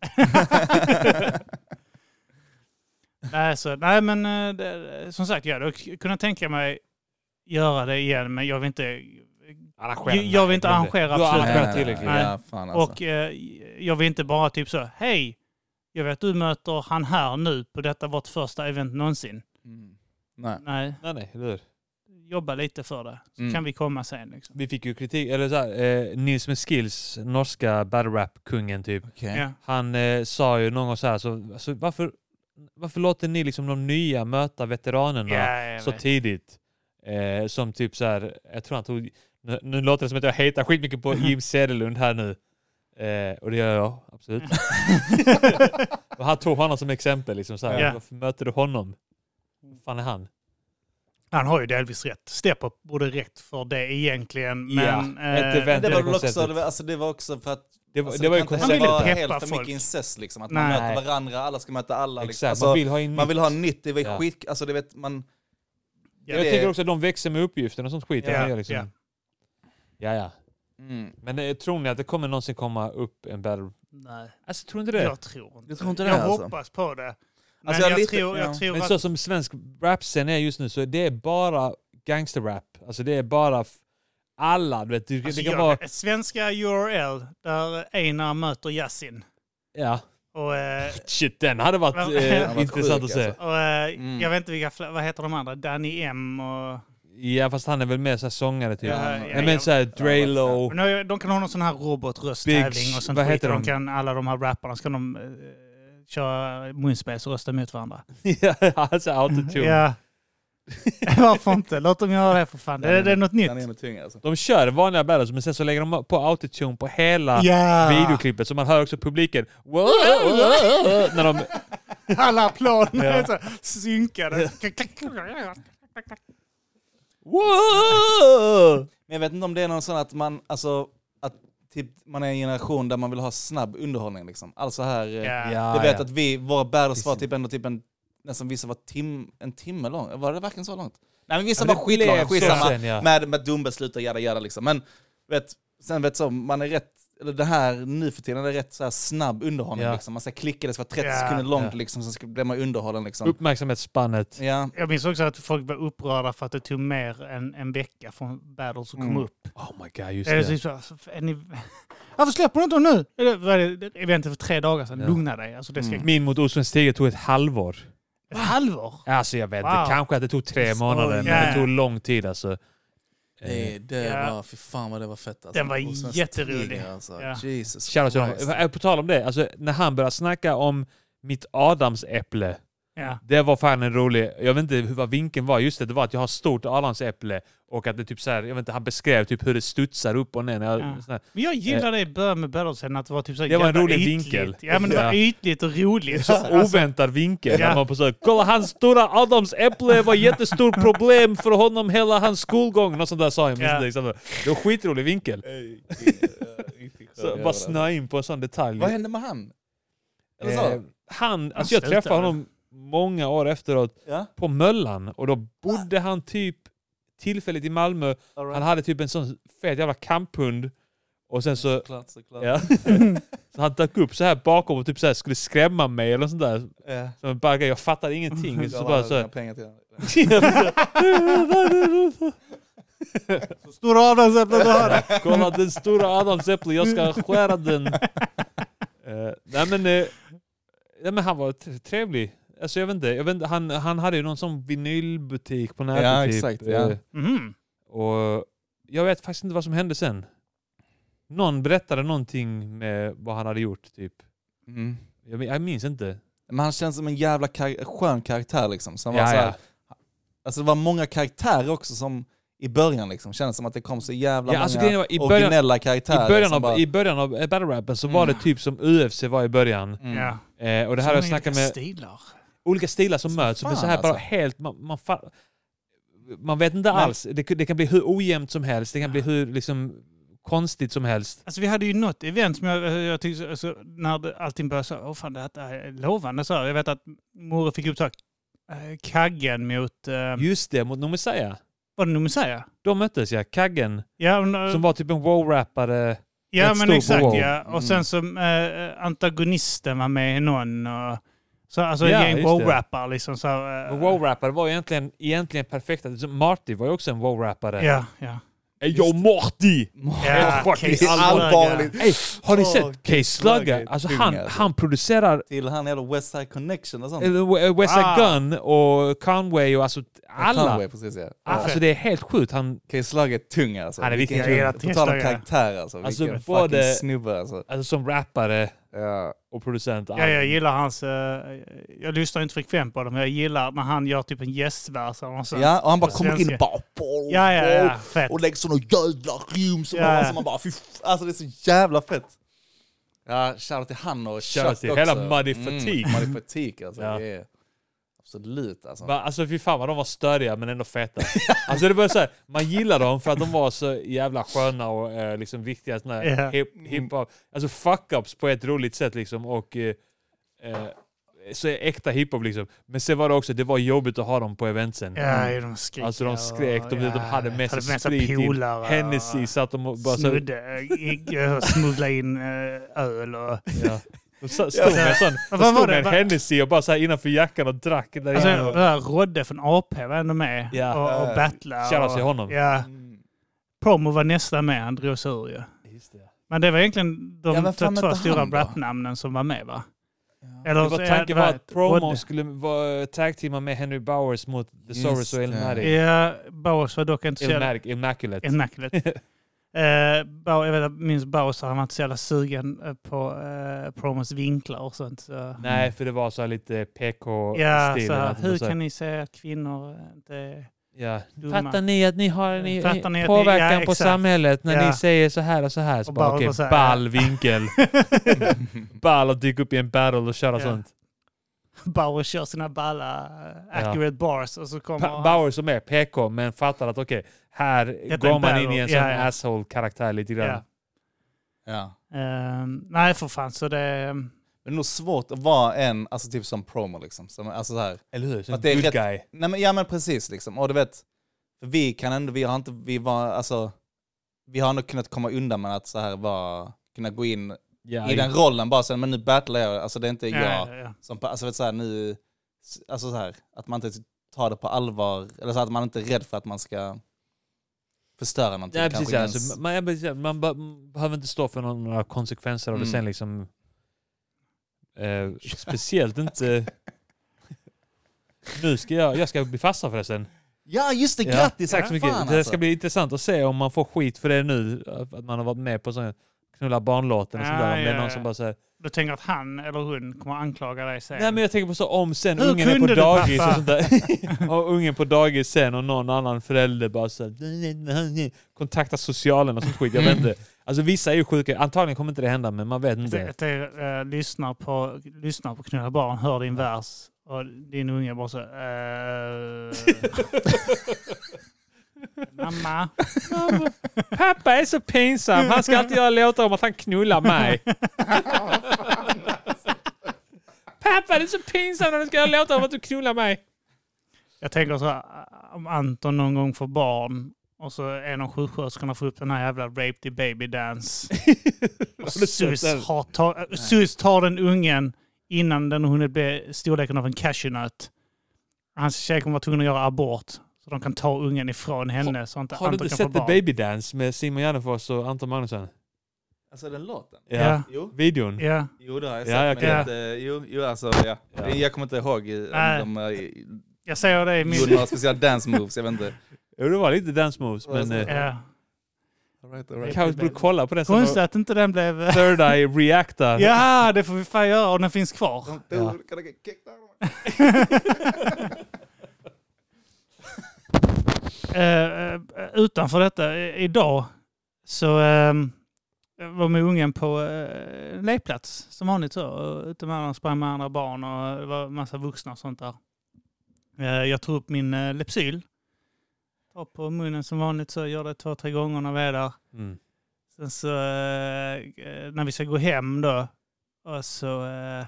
Nej, men som sagt, jag hade kunnat tänka mig göra det igen, men jag vill inte arrangera absolut tillräckligt. Alltså. Och jag vill inte bara typ så, hej, jag vet du möter han här nu på detta vårt första event någonsin. Nej, hur? Jobba lite för det. Så kan vi komma sen. Liksom. Vi fick ju kritik, eller så här, Nils med Skills, norska battle rap-kungen typ. Okay. Han sa ju någon gång så här, alltså, varför låter ni liksom de nya möta veteranerna så tidigt? Som typ så här, jag tror han tog, nu låter det som att jag hatar skitmycket på Jim Cederlund här nu. Och det gör jag, absolut. Och han tog honom som exempel, liksom så här, varför möter du honom? Vad fan är han? Han har ju delvis rätt. Step-up borde rätt för det egentligen. Men, det var också för att det var ju koncept. Man ville helt för mycket incest liksom. Att man möter varandra, alla ska möta alla. Liksom. Alltså, man vill ha nytt, det var skit. Alltså det vet man... Jag tycker också att de växer med uppgiften och sånt skit. Liksom. Ja. Men tror ni att det kommer någonsin komma upp en battle? Nej. Alltså tror inte det? Jag tror inte det. Jag hoppas på det. Men alltså, jag tror men så som svensk rapscen är just nu så det är bara gangsterrap. Alltså det är bara alla, du vet. Det kan vara svenska URL där Einar möter Yasin. Ja. Och, shit, den hade varit intressant att se. Och, jag vet inte vad heter de andra? Danny M och... Ja, fast han är väl mer så här sångare typ. Ja, men så här Drelo. Men de kan ha någon sån här robotrösttävling och sånt. Vad heter de? Kan, alla de här rapparna ska de köra munspels och rösta mot varandra. Ja, alltså autotune. Ja. Varför inte? Låt dem göra det för fan. Det är något nytt. Alltså. De kör vanliga battles, men sen så lägger de på autotune på hela videoklippet, så man hör också publiken. När de... Alla plan är så synkade. Men jag vet inte om det är någon sån att man, alltså, att typ man är en generation där man vill ha snabb underhållning liksom. Alltså här, jag vet att våra battles var typ ändå typ nästan vissa var en timme lång. Var det verkligen så långt? Nej, men vissa var skitlånga, skitsamma med dumbeslut och jada liksom. Men sen vet så, man är rätt, eller det här nu för tiden är rätt så här snabb underhållning liksom. Man ska klicka, det ska vara 30 sekunder långt liksom, så blir man underhållen liksom. Uppmärksamhetsspannet. Ja. Jag minns också att folk var upprörda för att det tog mer än en vecka från battles att komma upp. Oh my god, just det. Varför släpper du inte dem nu? Det var eventet för 3 dagar sedan. Lugna dig. Alltså, det ska... Min mot Osmens Tiger tog ett halvår. Ett halvår? Alltså jag vet inte, kanske att det tog 3 månader, men det tog lång tid alltså. Det var, för fan vad det var fett alltså. Den var jätterolig. Alltså. Jesus Christ. På tal om det, alltså, när han började snacka om mitt adamsäpple, det var fan en rolig, jag vet inte vad vinkeln var, just det var att jag har stort adamsäpple och att det typ så här, jag vet inte, han beskrev typ hur det studsar upp och ner. Men jag gillade det i början med Battlesen, att det var typ så här, det var en rolig ytligt. vinkel. Ja, men det var ytligt och roligt. Så oväntad vinkel. Man på så, kolla, hans stora adamsäpple var jättestort problem för honom hela hans skolgång. Och sånt där sa jag. Det var skitrolig vinkel. Så bara snöa in på en sån detalj. Vad hände med han? Alltså jag träffade honom många år efteråt på Möllan, och då bodde han typ tillfälligt i Malmö. Han hade typ en sån fet jävla kamphund, och sen så ja. Så han dök upp så här bakom och typ så här skulle skrämma mig eller sånt där. Så bara, jag fattade ingenting. Så bara så här. Stora adamsäpple du har. Kolla den stora adamsäpple, jag ska skära den. Nej men han var trevlig. Alltså jag vet inte, han hade ju någon sån vinylbutik på nätet. Ja, typ. exakt. Ja. Och jag vet faktiskt inte vad som hände sen. Någon berättade någonting med vad han hade gjort typ. Jag minns inte. Men han känns som en jävla skön karaktär liksom. Som var så här, alltså det var många karaktärer också som i början liksom kändes som att det kom så jävla många originella karaktärer. I början av battle rappen så var det typ som UFC var i början. Och det här jag snackade med stilar. Olika stilar som möts. Men så här bara helt man vet inte alls. Det kan bli hur ojämnt som helst. Det kan bli hur liksom konstigt som helst. Alltså vi hade ju något event som jag tyckte, alltså, när allting började så, fan det är lovande så. Jag vet att Mora fick upptag Kaggen mot... Just det, mot Nomesaia. Var det Nomesaia? De möttes, Kaggen. Ja, som var typ en wow-rappare. Ja, men exakt, wow. Och sen som antagonisten var med i någon. Och, så, alltså en gäng wow-rappare liksom. Wow-rappare var egentligen perfekta. Marty var ju också en wow-rappare. Ja. Yo Marty! Allvarligt. Har ni sett Case Slugger? Alltså han producerar... Till han eller West Side Connection och sånt. West Side Gun och Conway och alltså alla. Conway, precis, Alltså det är helt sjukt. Case Slugger är tung alltså. Han är riktigt tung. Totala karaktär alltså. Alltså vilken både snubbe alltså. Alltså som rappare och producent. Ja, jag gillar hans... jag lyssnar inte frekvent på dem, men jag gillar när han gör typ en gästvers. Ja, och han bara kommer in och bara... Ja, fett. Och lägger såna jävla rim som man bara... Alltså det är så jävla fett. Ja, shoutout till han och Chuck också. Hela Muddy Fatigue. Muddy Fatigue alltså. Det är absolut alltså. Alltså fy fan vad de var störiga men ändå feta. Alltså det var så här, man gillar dem för att de var så jävla sköna och liksom viktiga såna här hiphop. Alltså fuck-ups på ett roligt sätt liksom och så äkta hiphop liksom. Men sen var det också, det var jobbigt att ha dem på eventsen. Ja, de skrek. Alltså de skrek, de hade med sig sprit in. Hennessy så att de bara smuggla in öl och... Ja. De stod med en Hennessy och bara så här innanför jackan och drack där alltså, Rodde från AP var ändå med och battlade. Shoutout till honom. Ja. Promo var nästan med, han drog sig ur ju. Just det. Men det var egentligen de två stora rapnamnen som var med va? Eller tanken var att promo skulle vara tag-teama med Henry Bowers mot The Sorceress och Ilmatic. Ja, Bowers var dock inte så jävla... Immaculate. Jag minns Bowers, han var inte så jävla sugen på promos vinklar och sånt. Så. Nej, för det var så lite PK-stil. Ja, så här, hur kan ni säga att kvinnor inte... Ja. Fattar ni att ni har påverkan på samhället när ni säger så här och så här? Så bara, okej, ball vinkel. Ball och dyka upp i en battle och köra sånt. Bauer kör sina balla accurate bars och så kommer... Bauer som är PK men fattar att här går man in i en sån asshole-karaktär lite grann. Ja. Nej, för fan, så det... Men det är nog svårt att vara en, alltså typ som promo liksom. Alltså så här. Eller hur? Som att det är good guy. Nej, men, men precis liksom. Och du vet, för vi kan ändå, vi har ändå kunnat komma undan med att så här kunna gå in i den rollen bara så men nu battlar jag, alltså det är inte jag som, alltså vet så här nu, alltså så här, att man inte tar det på allvar, eller så att man inte är rädd för att man ska förstöra någonting. Ja, precis. Alltså, man behöver inte stå för några konsekvenser av det sen liksom. Speciellt inte... Nu ska jag ska bli fasta förresten. Ja, just det. Grattis. Tack så mycket. Det ska bli intressant att se om man får skit för det nu. Att man har varit med på sån knulla barnlåten och sådär. Om det är någon som bara säger... Du tänker att han eller hon kommer anklaga dig sen? Nej, men jag tänker på så om sen ungen är på dagis och sånt där. Och ungen på dagis sen och någon annan förälder bara så kontaktar socialen och sånt skit. Jag vet inte. Alltså vissa är ju sjuka. Antagligen kommer inte det hända, men man vet inte. Lyssnar på Knulla barn, hör din vers och din unge bara så Mamma. Pappa är så pinsam. Han ska alltid göra låtar om att han knullar mig. Pappa, det är så pinsamt när du ska göra låtar om att du knullar mig. Jag tänker så här, om Anton någon gång får barn och så är någon sjuksköterskorna får upp den här jävla Rape the Baby Dance. Sus tar den ungen innan den hunnit bli storleken av en cashewnut. Hans tjej kommer vara tvungen att göra abort. Så de kan ta ungen ifrån henne. Så inte har du inte sett The Baby Dance med Simon Gärdenfors och Anton Magnusson? Alltså den låten? Ja. Videon? Ja. Jo, det har jag sett. Men inte, alltså, jag kommer inte ihåg jag säger det i min... gjorde några speciella dance moves, jag vet inte. Jo, det var lite dance moves, men... All right. Kanske borde kolla på den. Konstigt att inte den blev... Third Eye reactar. Ja, det får vi fan göra och den finns kvar. Utanför detta, idag så var med ungen på lekplats som vanligt så. Ute med andra, sprang med andra barn och det var en massa vuxna och sånt där. Jag tog upp min Lepsyl. Tar på munnen som vanligt så gör det 2-3 gånger när vi är där. Sen så när vi ska gå hem då och så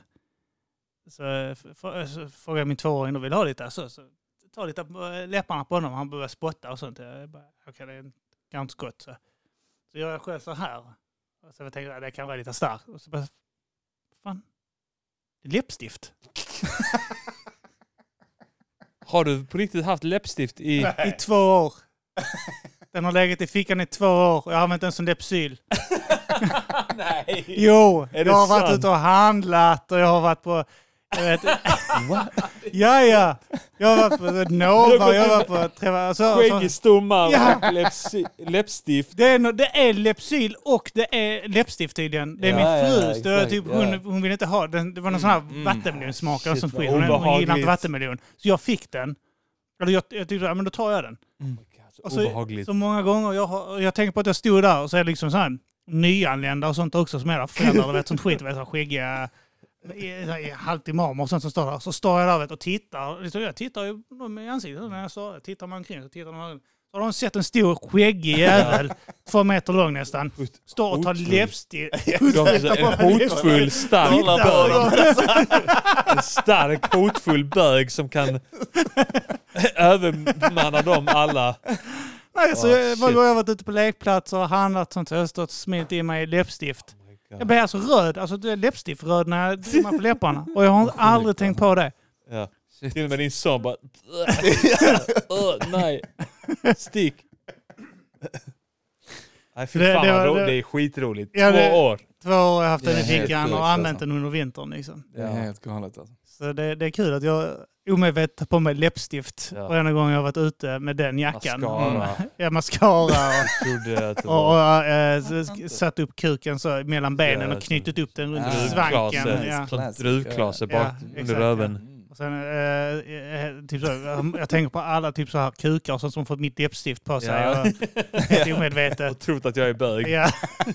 frågar min 2-åring och vill ha lite så tar lite på läpparna på honom. Han börjar spotta och sånt. Okej, det är ganska gott. Så gör jag själv så här. Och så jag tänkte att det kan vara lite starkt. Och så bara, fan, det är läppstift. Har du på riktigt haft läppstift i 2 år? Den har legat i fickan i 2 år och jag har använt den som Lepsyl. Nej. Jo, jag har varit ute och handlat och jag har varit på... Jag vet, ja. Jag har varit på Nova, jag har varit på... Skäggig stommar, läppstift. Det är Lepsyl och det är läppstift tydligen. Det är min fru. Det typ, hon vill inte ha den. Det var någon sån här vattenmelonsmak och sånt skit. Hon gillar inte vattenmelon. Så jag fick den. Eller jag tyckte, men då tar jag den. Och så många gånger, jag tänker på att jag stod där och så är det liksom så här nyanlända och sånt också som är där föräldrar och vet sånt skit, vet så skäggiga halvtimam och sånt som står där. Så står jag där och tittar. Jag tittar ju i ansiktet när jag står. Tittar man omkring så tittar man. Så har de sett en stor skäggig jävel 2 meter lång nästan. Står och tar läppstift. En hotfull, stark bög. En stark, hotfull bög som kan övermanna dem alla. Nej, så jag har varit ute på lekplats och handlat sånt. Jag har stått och smilt i mig läppstift. Jag blir alltså röd. Alltså det är läppstiftröd när jag drimmar på läpparna. Och jag har aldrig tänkt på det. Ja. Till och med din son bara... nej. Stick. Nej, för fan, det är skitroligt. 2 år. 2 år har jag haft den i helt fickan sjukt, och använt alltså. den under vintern. Liksom. Det är helt galet alltså. Så det är kul att jag omedvetet tar på mig läppstift varje gång jag har varit ute med den jackan. Mascara. Och satt upp kuken så mellan benen och knutit upp den runt svanken. Druvklase bak under röven. Och sen, typ så, jag tänker på alla typ så här kukar och sånt som fått mitt läppstift på sig. Helt omedvetet. Och trott att jag är bög. Ja.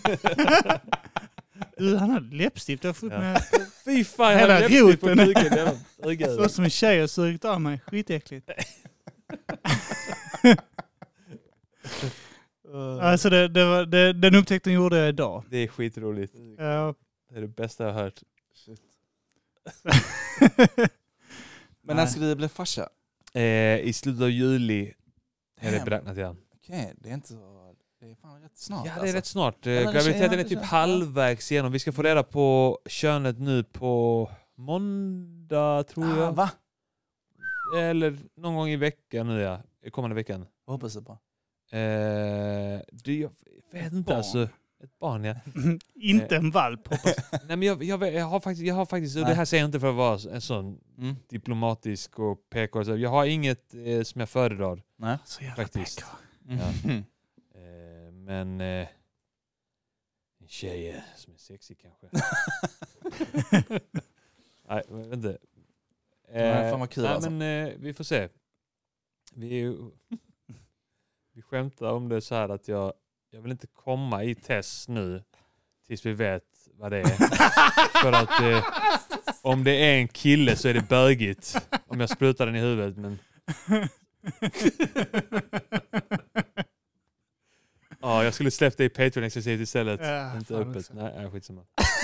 Han hade läppstift. Jag har fått med fy fan, jag hela hade läppstift på roten. kuken. Så som en tjej har sugit av mig. Skitäckligt. Alltså den upptäckten gjorde jag idag. Det är skitroligt. Det är det bästa jag har hört. Shit. Men när ska du bli farsa? I slutet av juli är det beräknat igen. Okej, det är inte så... Det är fan rätt snart. Ja, det är rätt snart. Graviditeten är typ halvvägs igenom. Vi ska få reda på könet nu på måndag, tror jag. Va? Eller någon gång i veckan nu, ja. Kommande veckan. Vad hoppas du på? Jag vet inte, alltså. Ett barn, ja. Inte en valp, hoppas. Nej, men jag har faktiskt och det här säger jag inte för att vara en sån diplomatisk och PK. Så jag har inget som jag föredrar. Nej. Så jävla faktiskt. PK. Ja. Men en tjej som är sexig kanske. Nej, jag vet inte. Fan vad kul nej, alltså. Men vi får se. Vi skämtar om det så här att jag vill inte komma i test nu tills vi vet vad det är. För att om det är en kille så är det bögigt. Om jag sprutar den i huvudet. Men... Ja, jag skulle släppt det i Patreon-exklusivt istället. Ja, inte öppet. Också. Nej, skitsamma.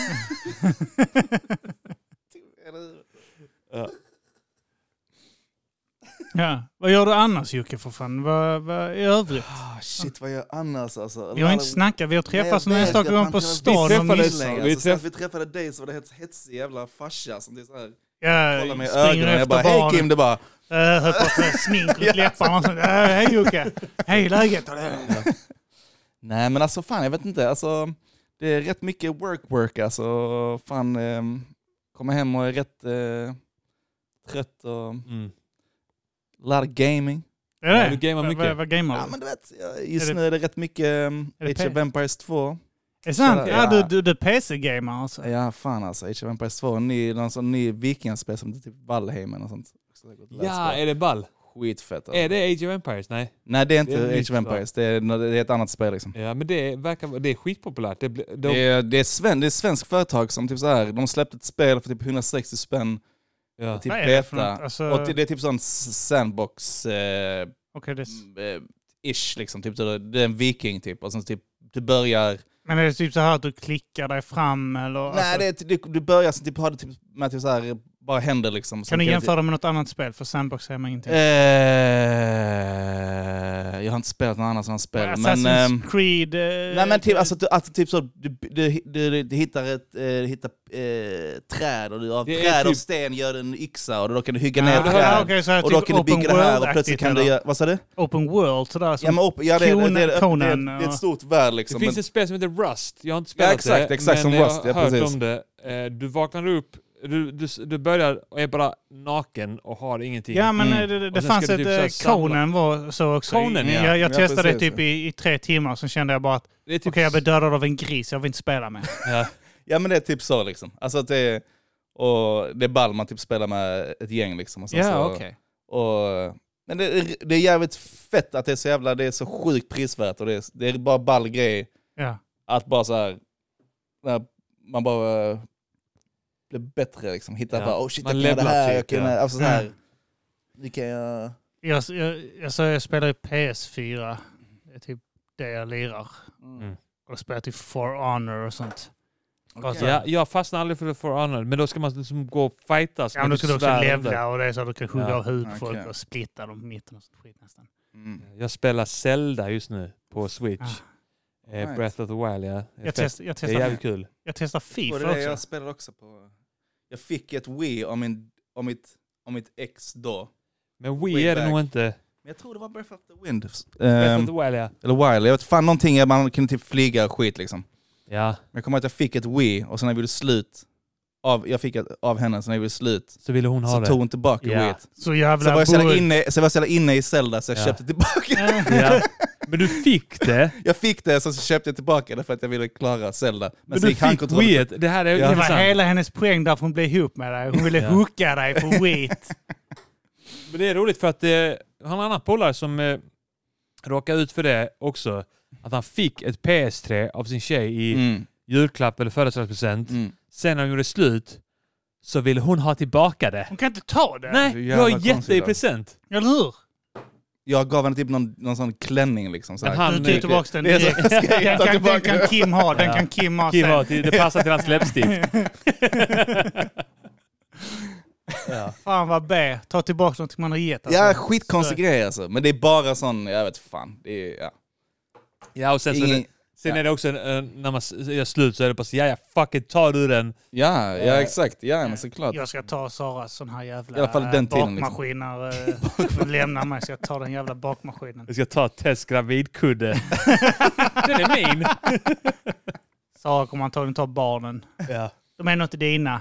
Ja. Vad gör du annars, Jocke, för fan? Vad i övrigt? Shit, vad gör jag annars alltså? Vi har inte snackat, vi har träffats en enstaka gång på stan. Vi träffade dig så var det helt hetsig jävla farsa som det är så här. Kolla med ögonen och jag bara, hej Kim, det bara... Höll på att smink runt läpparna och sånt. Hej Jocke, hej läget. Nej men alltså fan, jag vet inte. Alltså, det är rätt mycket work alltså. Fan, kommer hem och är rätt trött och... lot of gaming. Är det? Du gamar mycket. Vad gamar du? Ja men du vet, just nu är det rätt mycket Age of Empires 2. Är det sant? Ja, du PC-gamer alltså. Ja, fan alltså. Age of Empires 2. Någon sån ny vikingspel som det typ Valheimen och sånt. Ja, är det ball? Skitfett. Alltså. Är det Age of Empires? Nej. Nej, det är inte Age of Empires. Det är ett annat spel liksom. Ja, men det är skitpopulärt. Det är svensk företag som typ så här. De släppte ett spel för typ 160 spänn. Ja. Typ beta. Alltså... Och det är typ sån sandbox ish liksom. Typ, det är en viking typ. Och sen typ du börjar... Men är det typ så här att du klickar dig fram eller? Nej, alltså... du börjar så typ ha det typ med typ så här bara händer liksom. Kan du jämföra med något annat spel? För sandbox är man ingenting. Jag har inte spelat något annat sånt spel. Assassin's Creed. Nej men typ, alltså typ så du hittar ett träd och du av träd och sten gör en yxa och då kan du hygga ner träd. Okay, så och då kan du bygga det här och plötsligt kan du göra, vad sa du? Open world sådär som det är ett stort värld liksom. Det finns ett spel som heter Rust. Jag har inte spelat exakt men som Rust, jag har hört om det. Du vaknar upp, du börjar och är bara naken och har ingenting. Ja, men det fanns ett Conan var så också. Conan, ja. Jag testade det typ i 3 timmar, så kände jag bara att typ okej, jag blev dödad av en gris, jag vill inte spela med. Ja, men det är typ så liksom. Alltså att det är ball man typ spelar med ett gäng liksom. Och så, okej. Men det är jävligt fett att det är så jävla, det är så sjukt prisvärt och det är bara ball grej. Ja. Att bara så här, man bara blir bättre liksom. Hitta bara, shit, man jag kan det här. Typ, alltså så här. Vilka jag spelar i PS4. Det är typ det jag lirar. Och spelar typ For Honor och sånt. Okay. Ja, jag fastnar aldrig för For Honor, men då ska man liksom gå och fightas. Ja, men då ska du också levla och det är så att du kan hugga av huvudet på folk och splitta dem på mitten och sånt skit nästan. Jag spelar Zelda just nu på Switch. Breath of the Wild, ja. Jag testar, det är jävligt kul. Jag testar FIFA också. också. Jag spelar också på... Jag fick ett Wii om mitt ex då. Men Wii är det nog inte. Men jag tror det var Breath of the Wind. Breath of the Wild, ja. Eller Wild. Jag vet fan någonting man kunde typ flyga skit liksom. Ja. Jag kommer att jag fick ett Wii och sen när vi gjorde slut jag fick av henne, så när vi gjorde slut så ville hon ha det. Så tog hon tillbaka Wii. Så jävla så var jag så inne i Zelda så jag köpte tillbaka. Ja. Men du fick det. Jag fick det, så köpte jag tillbaka det för att jag ville klara Zelda. Men du fick Wii. Det här är det var hela hennes poäng därför hon blev ihop med dig. Hon ville hooka dig på Wii. Men det är roligt för att han har en annan polare som råkade ut för det också. Att han fick ett PS3 av sin tjej i julklapp eller födelsedagspresent. Sen när de gjorde slut så ville hon ha tillbaka det. Hon kan inte ta det. Nej, jag har gett dig present. Eller hur? Jag gav henne typ någon sån klänning liksom. Så du tog tillbaka den. Den kan Kim ha. Den kan Kim ha sen. Det passar till hans läppstift. Ja. Fan vad B. Ta tillbaka något man har gett. Alltså. Ja, skitkonstig grej alltså. Men det är bara sån, jag vet fan. Det är, ja, och sen sen är det också när man gör slut så är det bara så, ja, fuck it, tar du den. Ja, exakt. Ja, men såklart. Jag ska ta Saras sån här jävla i alla fall den bakmaskiner. Liksom. Lämna mig, ska jag ta den jävla bakmaskinen. Jag ska ta Tess gravidkudde. Den är min. Sara kommer antagligen ta barnen. Ja. De är nog inte dina.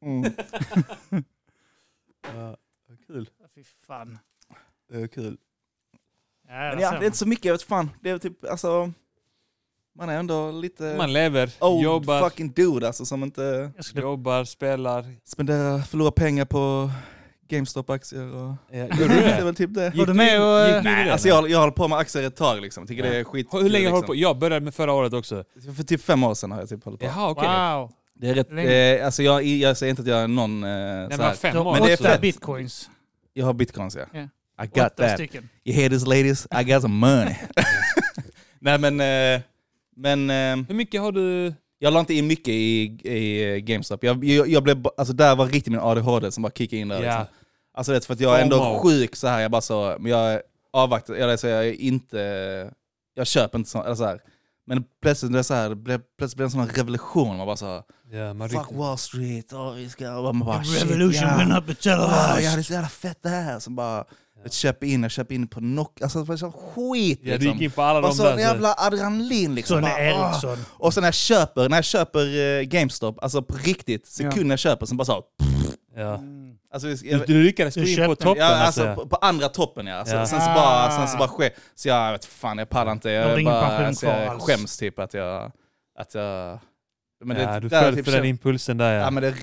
Ja, kul. Fy fan. Det är kul. Ja, men det är inte så mycket, jag vet fan. Det är typ, alltså... Man är ändå lite... Man lever, jobbar. Fucking dude alltså, som inte... Jobbar, spelar. Förlorar pengar på GameStop-aktier och... Ja, det är väl typ det. Var du med och... Nej, alltså jag håller på med aktier ett tag liksom. Tycker det är skit. Hur länge har du liksom. på? Jag började med förra året också. För typ 5 år sedan har jag typ hållit på. Jaha, okej. Wow. Det är rätt... alltså jag säger inte att jag är någon... Nej, men 5 år men det är fett. Bitcoins. Jag har bitcoins, ja. Yeah. I got that. Stycken. You hear this ladies? I got some money. Nej men... Hur mycket har du... Jag la inte in mycket i GameStop. Jag blev... Alltså där var riktigt min ADHD som bara kickade in där. Yeah. Liksom. Alltså vet, för att jag är ändå sjuk så här. Jag bara så... Men jag avvaktar... Jag är inte... Jag köper inte så här. Men plötsligt det är så här, plötsligt blev det en sån revolution. Man bara så fuck Wall Street. Vi ska... Man bara, revolution went up to television. Ja, det är så jävla fett det här. Som bara... Jag köper in på knock. Alltså det var så skit liksom. Ja, du gick in på alla de där. Och så en jävla adrenalin liksom. Sonny Eriksson. Och sen när jag köper GameStop, alltså på riktigt, sekunden jag köper, som bara så... Ja. Alltså, du lyckades gå in på toppen. Ja, alltså på andra toppen, ja. Alltså, sen så bara sker. Så jag vet fan, jag pallar inte. Jag skäms typ att jag... Men ja, du föll typ för den impulsen där, ja. Ja, men det är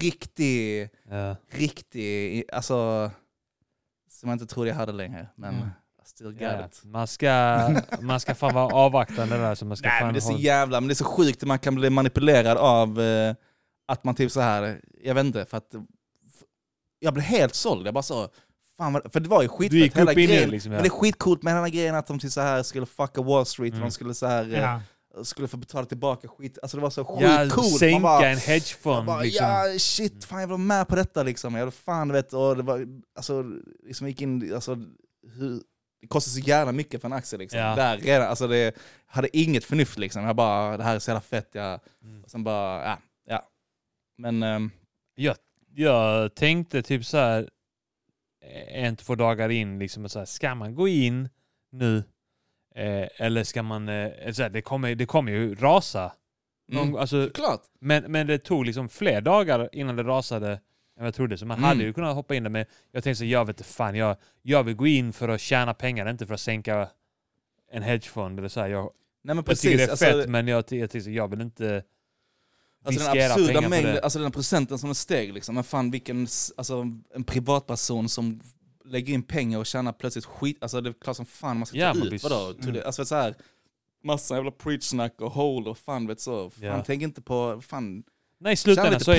riktigt, alltså... Som jag inte trodde jag hade längre, men... Still got it. Man ska fan vara avvaktande där. Så man ska fan men det är så men det är så sjukt att man kan bli manipulerad av att man typ så här, jag vet inte, för att jag blev helt såld. Jag bara så, fan för det var ju skitfett hela grejen. Liksom, ja. Men det är skitcoolt med den här grejen att de till så här skulle fucka Wall Street och de skulle så här skulle få betala tillbaka skit. Alltså det var så sjukt coolt. Sänka bara, en hedgefond liksom. Ja, shit, fan jag var med på detta liksom. Jag fan vet, och det var alltså liksom gick in, alltså det kostar så jävla mycket för en aktie liksom. Där redan, alltså det hade inget förnuft liksom. Jag bara, det här är så jävla fett. Och sen bara, ja. Men... Jag tänkte typ så här 1-2 dagar in liksom, så här, ska man gå in nu eller ska man så här, det kommer ju rasa. Alltså, klart. Men det tog liksom fler dagar innan det rasade än jag trodde, så man hade ju kunnat hoppa in där, men jag tänkte så, jag vet inte fan, jag vill gå in för att tjäna pengar, inte för att sänka en hedgefond eller så här. Nej, men precis, jag tycker det är fett, men jag tänkte så, jag vill inte alltså den absurda mängden, alltså den procenten som den steg liksom. Men fan vilken, alltså en privatperson som lägger in pengar och tjänar plötsligt skit, alltså det är klart som fan man ska ta ut, vadå? Alltså så här, massa jävla preach-snack och hold och fan vet så. Fan tänk inte på, fan. Nej, i slutändan så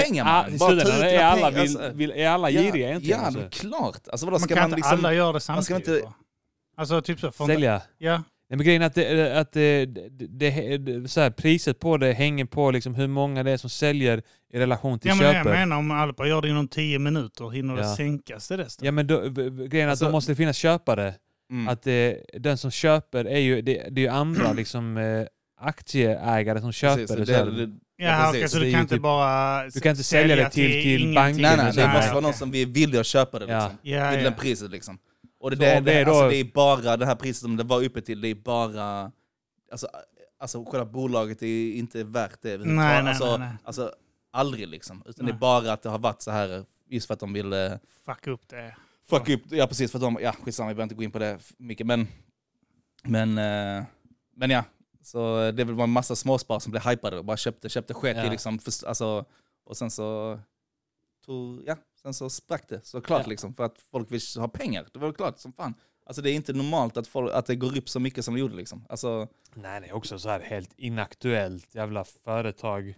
är alla giriga egentligen. Ja, det är klart. Alltså vadå, man ska kan man liksom, alla göra det samtidigt. Inte, alltså typ så. Sälja. Ja. Men grejen är att det så här, priset på det hänger på liksom hur många det är som säljer i relation till köpet. Jag menar om Alpa gör det inom 10 minuter, hinner det sänkas det resten? Ja, men grejen är att då måste det finnas köpare. Att den som köper är ju, det är ju andra liksom, aktieägare som köper det. Så du kan inte bara... Du kan inte sälja det till banken. Nej, det måste vara någon som vi vill att köpa det. Liksom. Till den priset liksom. Och det är bara det här priset som det var uppe till, det är bara alltså själva bolaget är inte värt det. Nej. Alltså aldrig liksom. Utan det är bara att det har varit så här just för att de vill... Fuck upp det. Ja, precis. För att de... Ja, skitsamma, vi behöver inte gå in på det mycket. Men ja. Så det var en massa småspar som blev hypade och bara köpte skit i liksom... och sen så... Sen så sprack det såklart liksom. För att folk vill ha pengar. Det var klart som fan. Alltså det är inte normalt att det går upp så mycket som det gjorde liksom. Alltså... Nej, det är också så här helt inaktuellt jävla företag.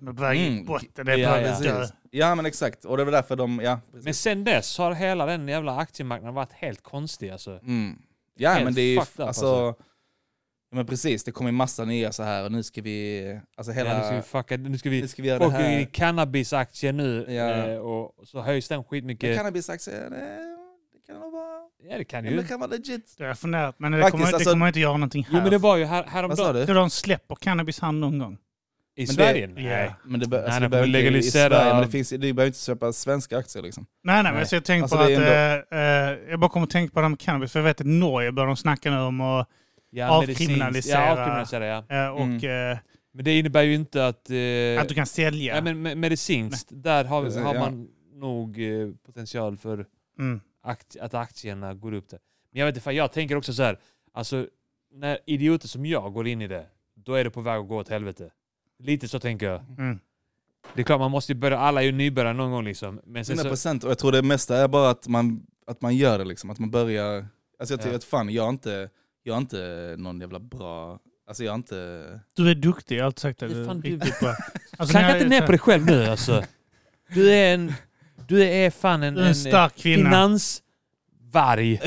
Ja, men exakt. Och det var därför men sen dess har hela den jävla aktiemarknaden varit helt konstig alltså. Ja, helt men det är ju alltså. Men precis, det kommer en massa nya så här och nu ska vi alltså hela nu ska vi göra folk det här. I cannabisaktier nu och så höjs den skitmycket. Men cannabisaktier det kan nog vara. Ja, det kan ju. Det kan vara legit. Det är funderat, men det kommer inte göra någonting här. Jo, men det var ju häromdagen. Ska de släppa cannabishandel någon gång? I Sverige? Nej. Men det behöver legalisera. Sverige, men det behöver inte köpa svenska aktier liksom. Nej, men så jag tänkte på att jag bara kommer att tänka på det med cannabis. För jag vet att Norge börjar de snacka nu om att avkriminalisera. Men det innebär ju inte att du kan sälja. Ja, men medicinskt, där har man nog potential för att aktierna går upp där. Men jag vet inte, jag tänker också så här, alltså när idioter som jag går in i det, då är det på väg att gå åt helvete. Lite så tänker jag. Det är klart, man måste ju börja, alla är ju nybörjare någon gång liksom. Men sen 100%, och jag tror det mesta är bara att man gör det liksom, att man börjar, alltså jag tycker att fan, jag är inte någon jävla bra, alltså jag är inte... Du är duktig, jag har alltid sagt det. Alltså, klanka inte ner på dig själv nu alltså. Du är fan en stark kvinna. Finansvarg.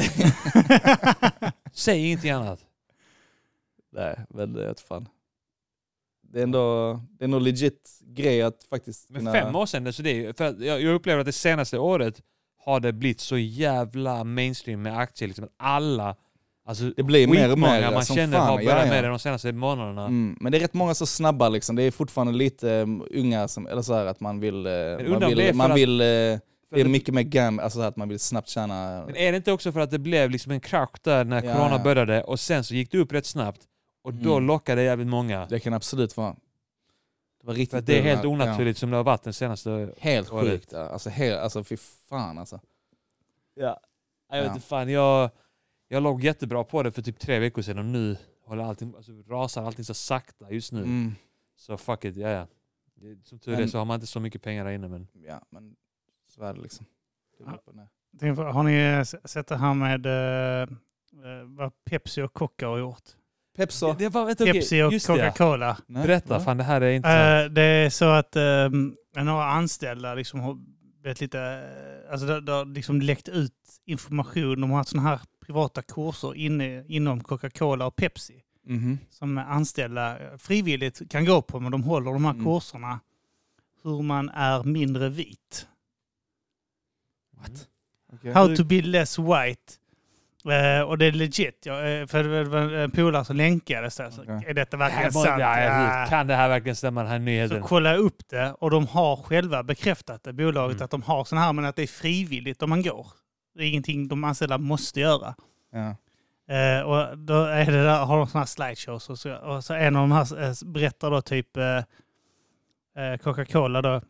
Säg ingenting annat. Nej, men det är ett fan. Det är ändå legit grej att faktiskt... Men 5 år sedan, så det är, för jag upplever att det senaste året har det blivit så jävla mainstream med aktier. Liksom att alla... Alltså, det blir mer och mer. Man känner har börjat med det de senaste månaderna. Men det är rätt många så snabba liksom. Det är fortfarande lite unga som, eller så här att man vill... det är mycket mer gam, alltså att man vill snabbt tjäna... Men är det inte också för att det blev liksom en krasch där när corona började och sen så gick det upp rätt snabbt och då lockade det jävligt många? Det kan absolut vara. Det var riktigt. För det är helt onaturligt som det har varit den senaste helt året. Sjukt. Alltså fy fan alltså. Ja. Jag vet inte fan, jag låg jättebra på det för typ 3 veckor sedan och nu håller allting, alltså, rasar allting så sakta just nu. Så fuck it, som tur är så har man inte så mycket pengar där inne. Men... Ja, men så är det liksom. Har ni sett det här med vad Pepsi och Coca har gjort? Pepsi och Coca-Cola. Berätta, fan det här är inte det är så att några anställda liksom har blivit lite, alltså det har liksom läckt ut information. De har haft sådana här privata kurser inom Coca-Cola och Pepsi. Som anställda frivilligt kan gå på, men de håller de här kurserna hur man är mindre vit. What? Okay. How to be less white. Och det är legit. För det var en polare som länkade så är detta verkligen sant? Kan det här verkligen stämma, den här nyheten? Så kolla upp det, och de har själva bekräftat det, bolaget, att de har sån här, men att det är frivilligt om man går. Det är ingenting de anställda måste göra. Ja. Och då är det där, har de såna här slideshows och så en av de här berättar då typ Coca-Cola då.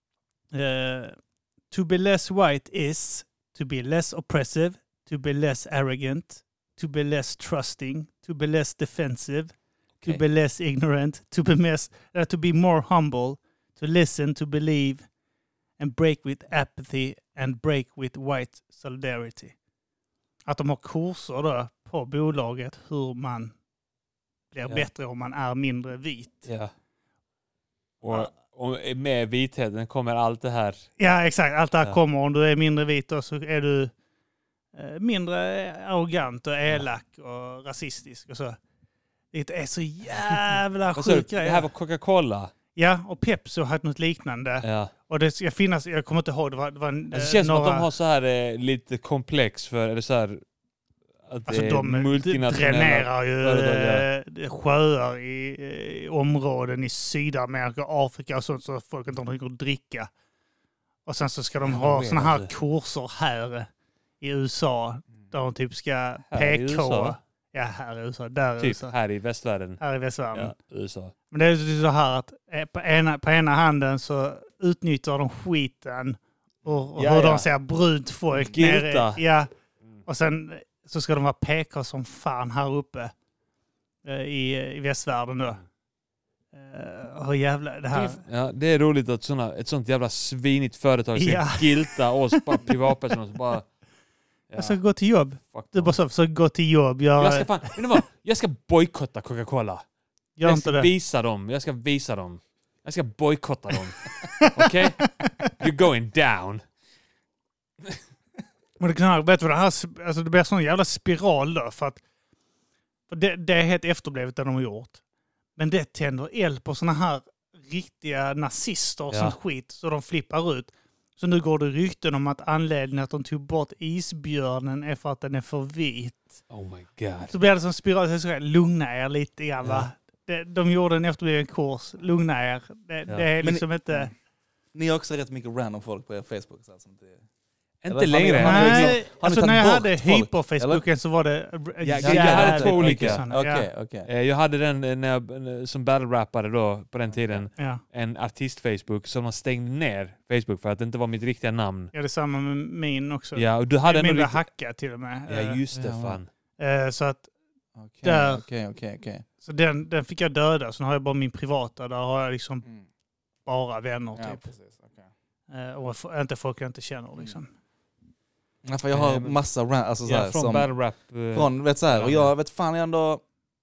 To be less white is to be less oppressive, to be less arrogant, to be less trusting, to be less defensive, to be less ignorant, to be more humble, to listen, to believe, and break with apathy and break with white solidarity. Att de har kurser då på bolaget hur man blir bättre om man är mindre vit. Ja. Och med vitheten kommer allt det här. Ja, exakt. Allt det här kommer. Om du är mindre vit då, så är du mindre arrogant och elak och rasistisk och så. Det är så jävla sjukt grej. Det här var Coca-Cola. Ja, och Pepsi har haft något liknande. Ja. Och det ska finnas, jag kommer inte ihåg, det var det känns som att de har så här lite komplex för, eller så här, att alltså de dränerar ju sjöar i områden i Sydamerika, Afrika och sånt, så folk inte har något att dricka. Och sen så ska de ha såna här kurser här i USA där de typ ska PK. Ja, här i USA. Där Typ USA. här i västvärlden. Här i västvärlden. Ja, USA. Men det är så här att på ena handen så utnyttjar de skiten och hur de ser brunt folk nere. Ja. Och sen så ska de vara PK som fan här uppe i västvärlden då. Jävla, det här. Det är roligt att ett sånt jävla svinigt företag ska gilta oss privatpersoner som bara... Jag ska gå till jobb. Du bara så gå till jobb. Jag ska bojkotta Coca-Cola. Jag ska visa dem. Jag ska bojkotta dem. Okej? You're going down. Men vet du vad det här, alltså det blir sån jävla spiral då för det är helt efterblivet det de har gjort. Men det tänder eld på såna här riktiga nazister och sånt skit så de flippar ut. Så nu går det rykten om att anledningen att de tog bort isbjörnen är för att den är för vit. Oh my god. Så blir det som spiral. Så lugna er lite grann va. De gjorde en efterbliven kurs. Lugna er. Det är liksom inte... Ni har också rätt mycket random folk på er Facebook. Så alltså, inte längre. Nej, alltså när jag hade hyper-Facebooken så var det... Jag hade 2 olika. Okay. Jag hade den när jag som battle-rappade då på den tiden. Ja. En artist-Facebook som har stängt ner Facebook för att det inte var mitt riktiga namn. Ja, det är samma med min också. Ja, och du hade min blev hackad till och med. Ja, just det, fan. Så att... Okej. Så den fick jag döda. Så nu har jag bara min privata. Där har jag liksom bara vänner typ. Precis. Okay. Och inte folk jag inte känner liksom. Ja, för jag har massa alltså så här, från som battle rap från vet så här, och jag vet fan jag ändå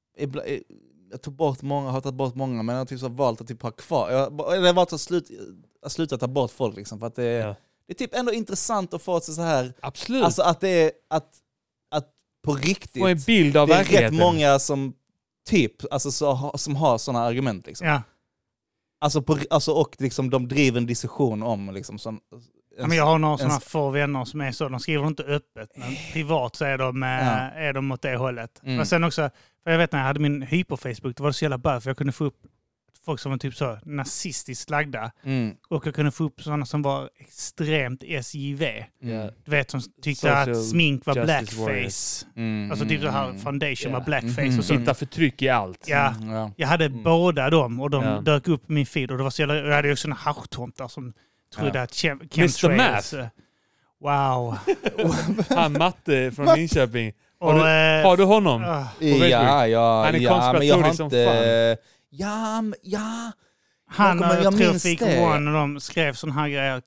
jag tog bort många, har tagit bort många, men jag har typ så valt att typ ha kvar. Jag har valt att sluta ta bort folk liksom för att det är typ ändå intressant att få så här. Absolut. Alltså att det är att på riktigt få en bild av verkligheten. Det är rätt många som typ alltså som har såna argument liksom. Ja. Alltså och liksom de driver en diskussion om liksom sån. Men jag har några sådana få vänner som är så. De skriver inte öppet, men privat så är de åt det hållet. Men sen också, för jag vet när jag hade min hyper-Facebook, det var så jävla bra för jag kunde få upp folk som var typ så nazistiskt lagda. Och jag kunde få upp sådana som var extremt SJV. Du vet, som tyckte Social att smink var Justice blackface. Alltså typ så här foundation var blackface. Och hitta förtryck i allt. Ja, jag hade båda dem och de dök upp på min feed. Och det var så jävla, jag hade också såna haschtomtar som trodde att chemtrails... Wow. Han Matte från Linköping. Har du honom? Ja. Han är konspiratorisk som fan. Ja. Han jag tror fick One och de skrev sån här grejer.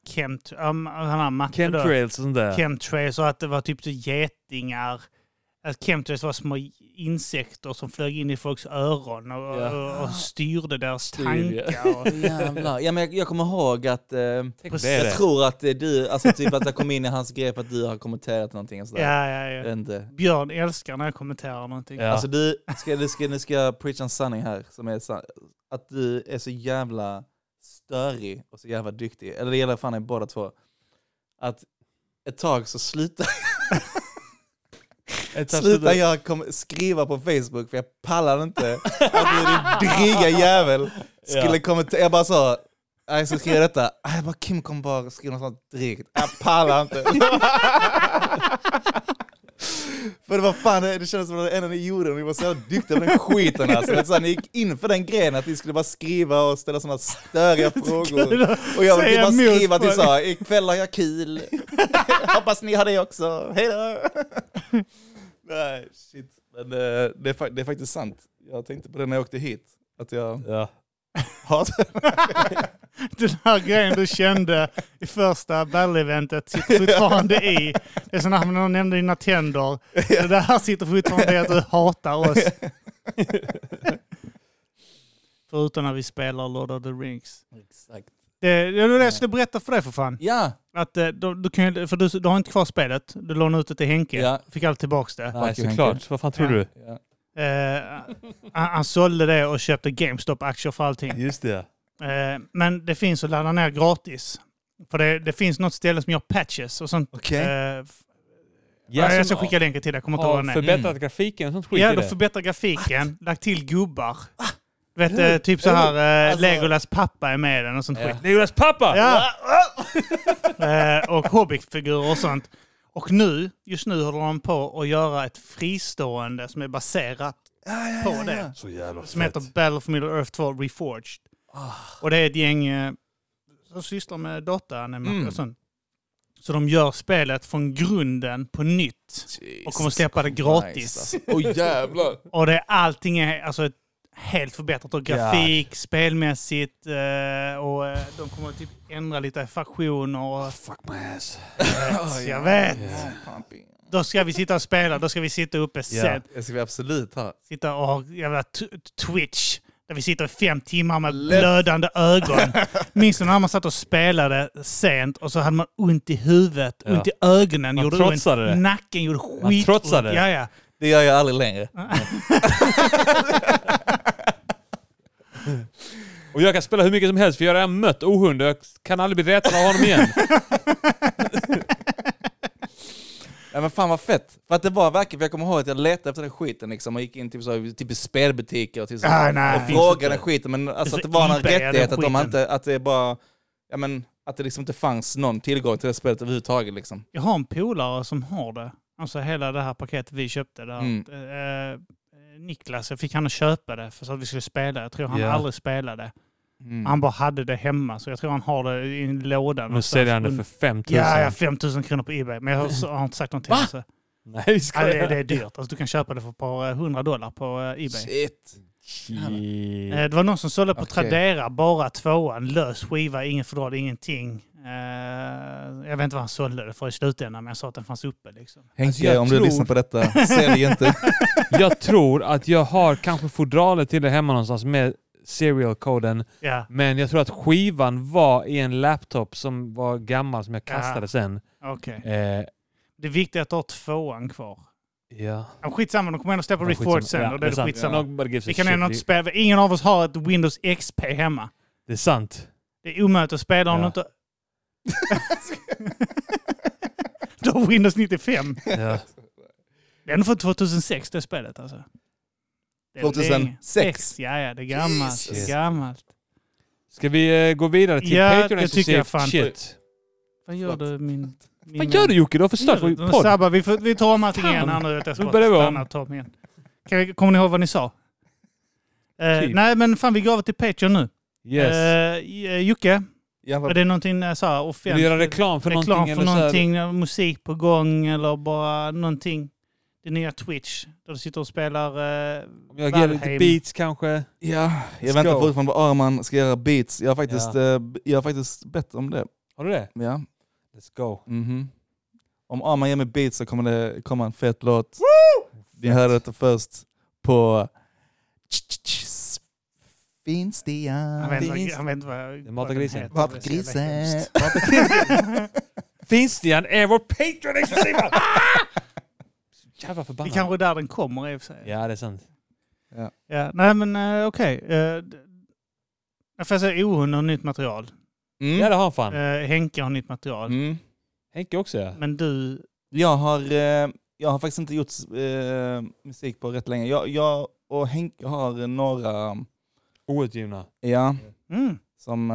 Chemtrails och sånt där. Chemtrails och att det var typ så getingar. Att chemtrails var små insekter som flög in i folks öron och styrde deras tankar. Jävlar. Ja, men jag kommer ihåg att jag tror att du, alltså typ att jag kom in i hans grej för att du har kommenterat någonting och sådär. Ja. Inte. Björn älskar när jag kommenterar någonting. Ja. Alltså nu ska jag preach en sanning här som är att du är så jävla störig och så jävla duktig. Eller det gäller fan i båda två. Att ett tag så slutar jag skriva på Facebook för jag pallar inte att du dryga jävel skulle kommentera. Jag bara sa jag ska skriva detta. Jag bara Kim kommer bara skriva något sånt drygt. Jag pallar inte. För det var fan det kändes som att det enda ni gjorde och ni var så duktiga med den skiten alltså. Så ni gick in för den grejen att ni skulle bara skriva och ställa sådana störiga frågor. Och jag ville bara skriva att ni sa ikväll har jag kul. Hoppas ni har det också. Hej då. Nej, shit. Men det är faktiskt sant. Jag tänkte på det när jag åkte hit. Att jag den här grejen du kände i första battle-eventet sitter fortfarande i. Det är sådana här när de nämnde dina tänder. Det där sitter fortfarande i att du hatar oss. Förutom när vi spelar Lord of the Rings. Exakt. Det är det jag skulle berätta för dig för fan. Ja. Att du kan, för du har inte kvar spelet. Du lånade ut det till Henke. Ja. Fick allt tillbaka det. Nej, såklart. Vad fan tror du? Ja. Han sålde det och köpte GameStop-aktier för allting. Just det. Men det finns att ladda ner gratis. För det finns något ställe som gör patches och sånt. Okay. Jag ska skicka länken till det. Kommer inte ihåg det. Förbättrat grafiken och sånt skit. Ja, de förbättrar grafiken. Lagt till gubbar. Vet typ så här Legolas pappa är med den och sånt skit. Legolas pappa! Ja. Och Hobbit-figurer och sånt. Och just nu håller de på att göra ett fristående som är baserat på det. Så jävla som heter Battle for Middle Earth 2 Reforged. Och det är ett gäng som sysslar med dataanimation och sånt. Så de gör spelet från grunden på nytt. Och kommer släppa det gratis. Jävlar. Och allting är alltså helt förbättrat. Och grafik, spelmässigt. Och de kommer typ ändra lite faktioner. Och fuck my ass. Jag vet. Då ska vi sitta och spela. Då ska vi sitta uppe sen. Det ska vi absolut ha. Sitta och ha jävla Twitch. Där vi sitter 5 timmar med blödande ögon. Minns du när man satt och spelade sent och så hade man ont i huvudet, ont i ögonen. Man trotsade det. Nacken gjorde skit. Man trotsade det. Ja. Det gör jag aldrig längre. Och jag kan spela hur mycket som helst för jag har redan mött Ohund. Jag kan aldrig bli rättad av honom igen. Ja, men fan vad fett. För att det var verkligen, för jag kommer ihåg att jag letade efter den skiten liksom och gick in typ i spelbutiker och, och frågade den skiten, men alltså att det var en rättighet att de inte, att det bara, ja men att det liksom inte fanns någon tillgång till det spelet överhuvudtaget liksom. Jag har en polare som har det. Alltså hela det här paketet vi köpte där. Niklas, jag fick han att köpa det för så att vi skulle spela. Jag tror han aldrig spelade. Han bara hade det hemma, så jag tror han har det i en låda. Nu säljer han det för 5 000. Ja, 5 000 kronor på eBay. Men jag har inte sagt någonting. Va? Nej, vi ska det är dyrt. Alltså, du kan köpa det för ett par $100 på eBay. Shit. Det var någon som sålde på Tradera, bara 2:an, lös skiva, ingen fodral, ingenting. Jag vet inte vad han sålde det för i slutändan, men jag sa att den fanns uppe. Liksom. Henke, om du lyssnar på detta, sälj inte. Jag tror att jag har kanske fodralet till det hemma någonstans med serial-koden. Yeah. Men jag tror att skivan var i en laptop som var gammal som jag kastade sen. Okay. Det är viktigt att du har 2:an kvar. Ja. Skitsamma, de kommer ändå släppa Reforged sen. Och det är skitsamma. Vi kan ändå inte spela. Ingen av oss har ett Windows XP hemma. Det är sant. Det är omöjligt att spela om du inte... Du har Windows 95. Ja. Det är ändå från 2006 det spelet alltså. 2006? Ja, det är gammalt. Det är gammalt. Ska vi gå vidare till Patreon det tycker jag fan. Shit. Vad gör du min... Vad gör du Jocke? Du har förstört vår podd. Sabba, vi tar om allting igen här nu. Jag ska bara ta om igen. Kommer ni ihåg vad ni sa? Nej, men fan vi går över till Patreon nu. Yes. Jocke, är det någonting så här offentligt? Vill du göra reklam för någonting, musik på gång eller bara någonting? Det nya Twitch, där du sitter och spelar jag ger lite beats kanske. Ja, jag väntar fortfarande på Arman ska göra beats. Jag har faktiskt bett om det. Har du det? Ja. Let's go. Om Arman ger mig beats så kommer det komma en fet låt. Vi hörde detta först på Finstian. Han vet inte vad Matagrisen. Matagrisen. Finstian är vår Patreon-exklusiva! Jävla förbannad. Det kanske är där den kommer i och för sig. Ja, det är sant. Ja. Nej, men okej. Jag får säga Ohund har nytt material. Ja, det har han fan. Henke har nytt material. Henke också, ja. Men du... Jag har faktiskt inte gjort musik på rätt länge. Jag och Henke har några... outgivna. Ja. Som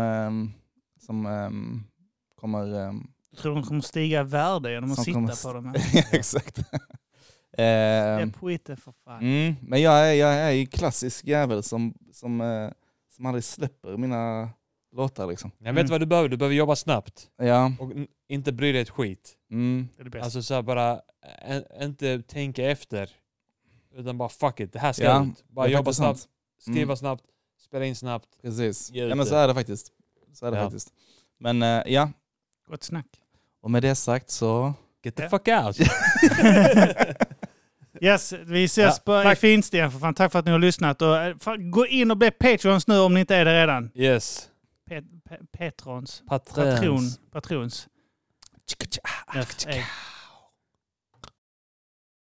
kommer... Jag tror de kommer stiga i värde genom att sitta på dem. Ja, exakt. Det är poeten för fan. Men jag är ju klassisk jävel som aldrig släpper mina låtar liksom. Jag vet vad du behöver. Du behöver jobba snabbt. Ja. Och inte bry dig ett skit. Det är det bästa. Alltså så här, bara inte tänka efter. Utan bara fuck it. Det här ska ut. Bara jobba snabbt. Skriva snabbt. Spela in snabbt. Precis. Ja, men så är det faktiskt. Faktiskt. Men ja. Gott snack. Och med det sagt så... Get the fuck out. Yes, vi ses i Finsten för fan. Tack för att ni har lyssnat. Och, gå in och bli Patrons nu om ni inte är det redan. Yes. Patrons. Patrons. Patrons. Yes,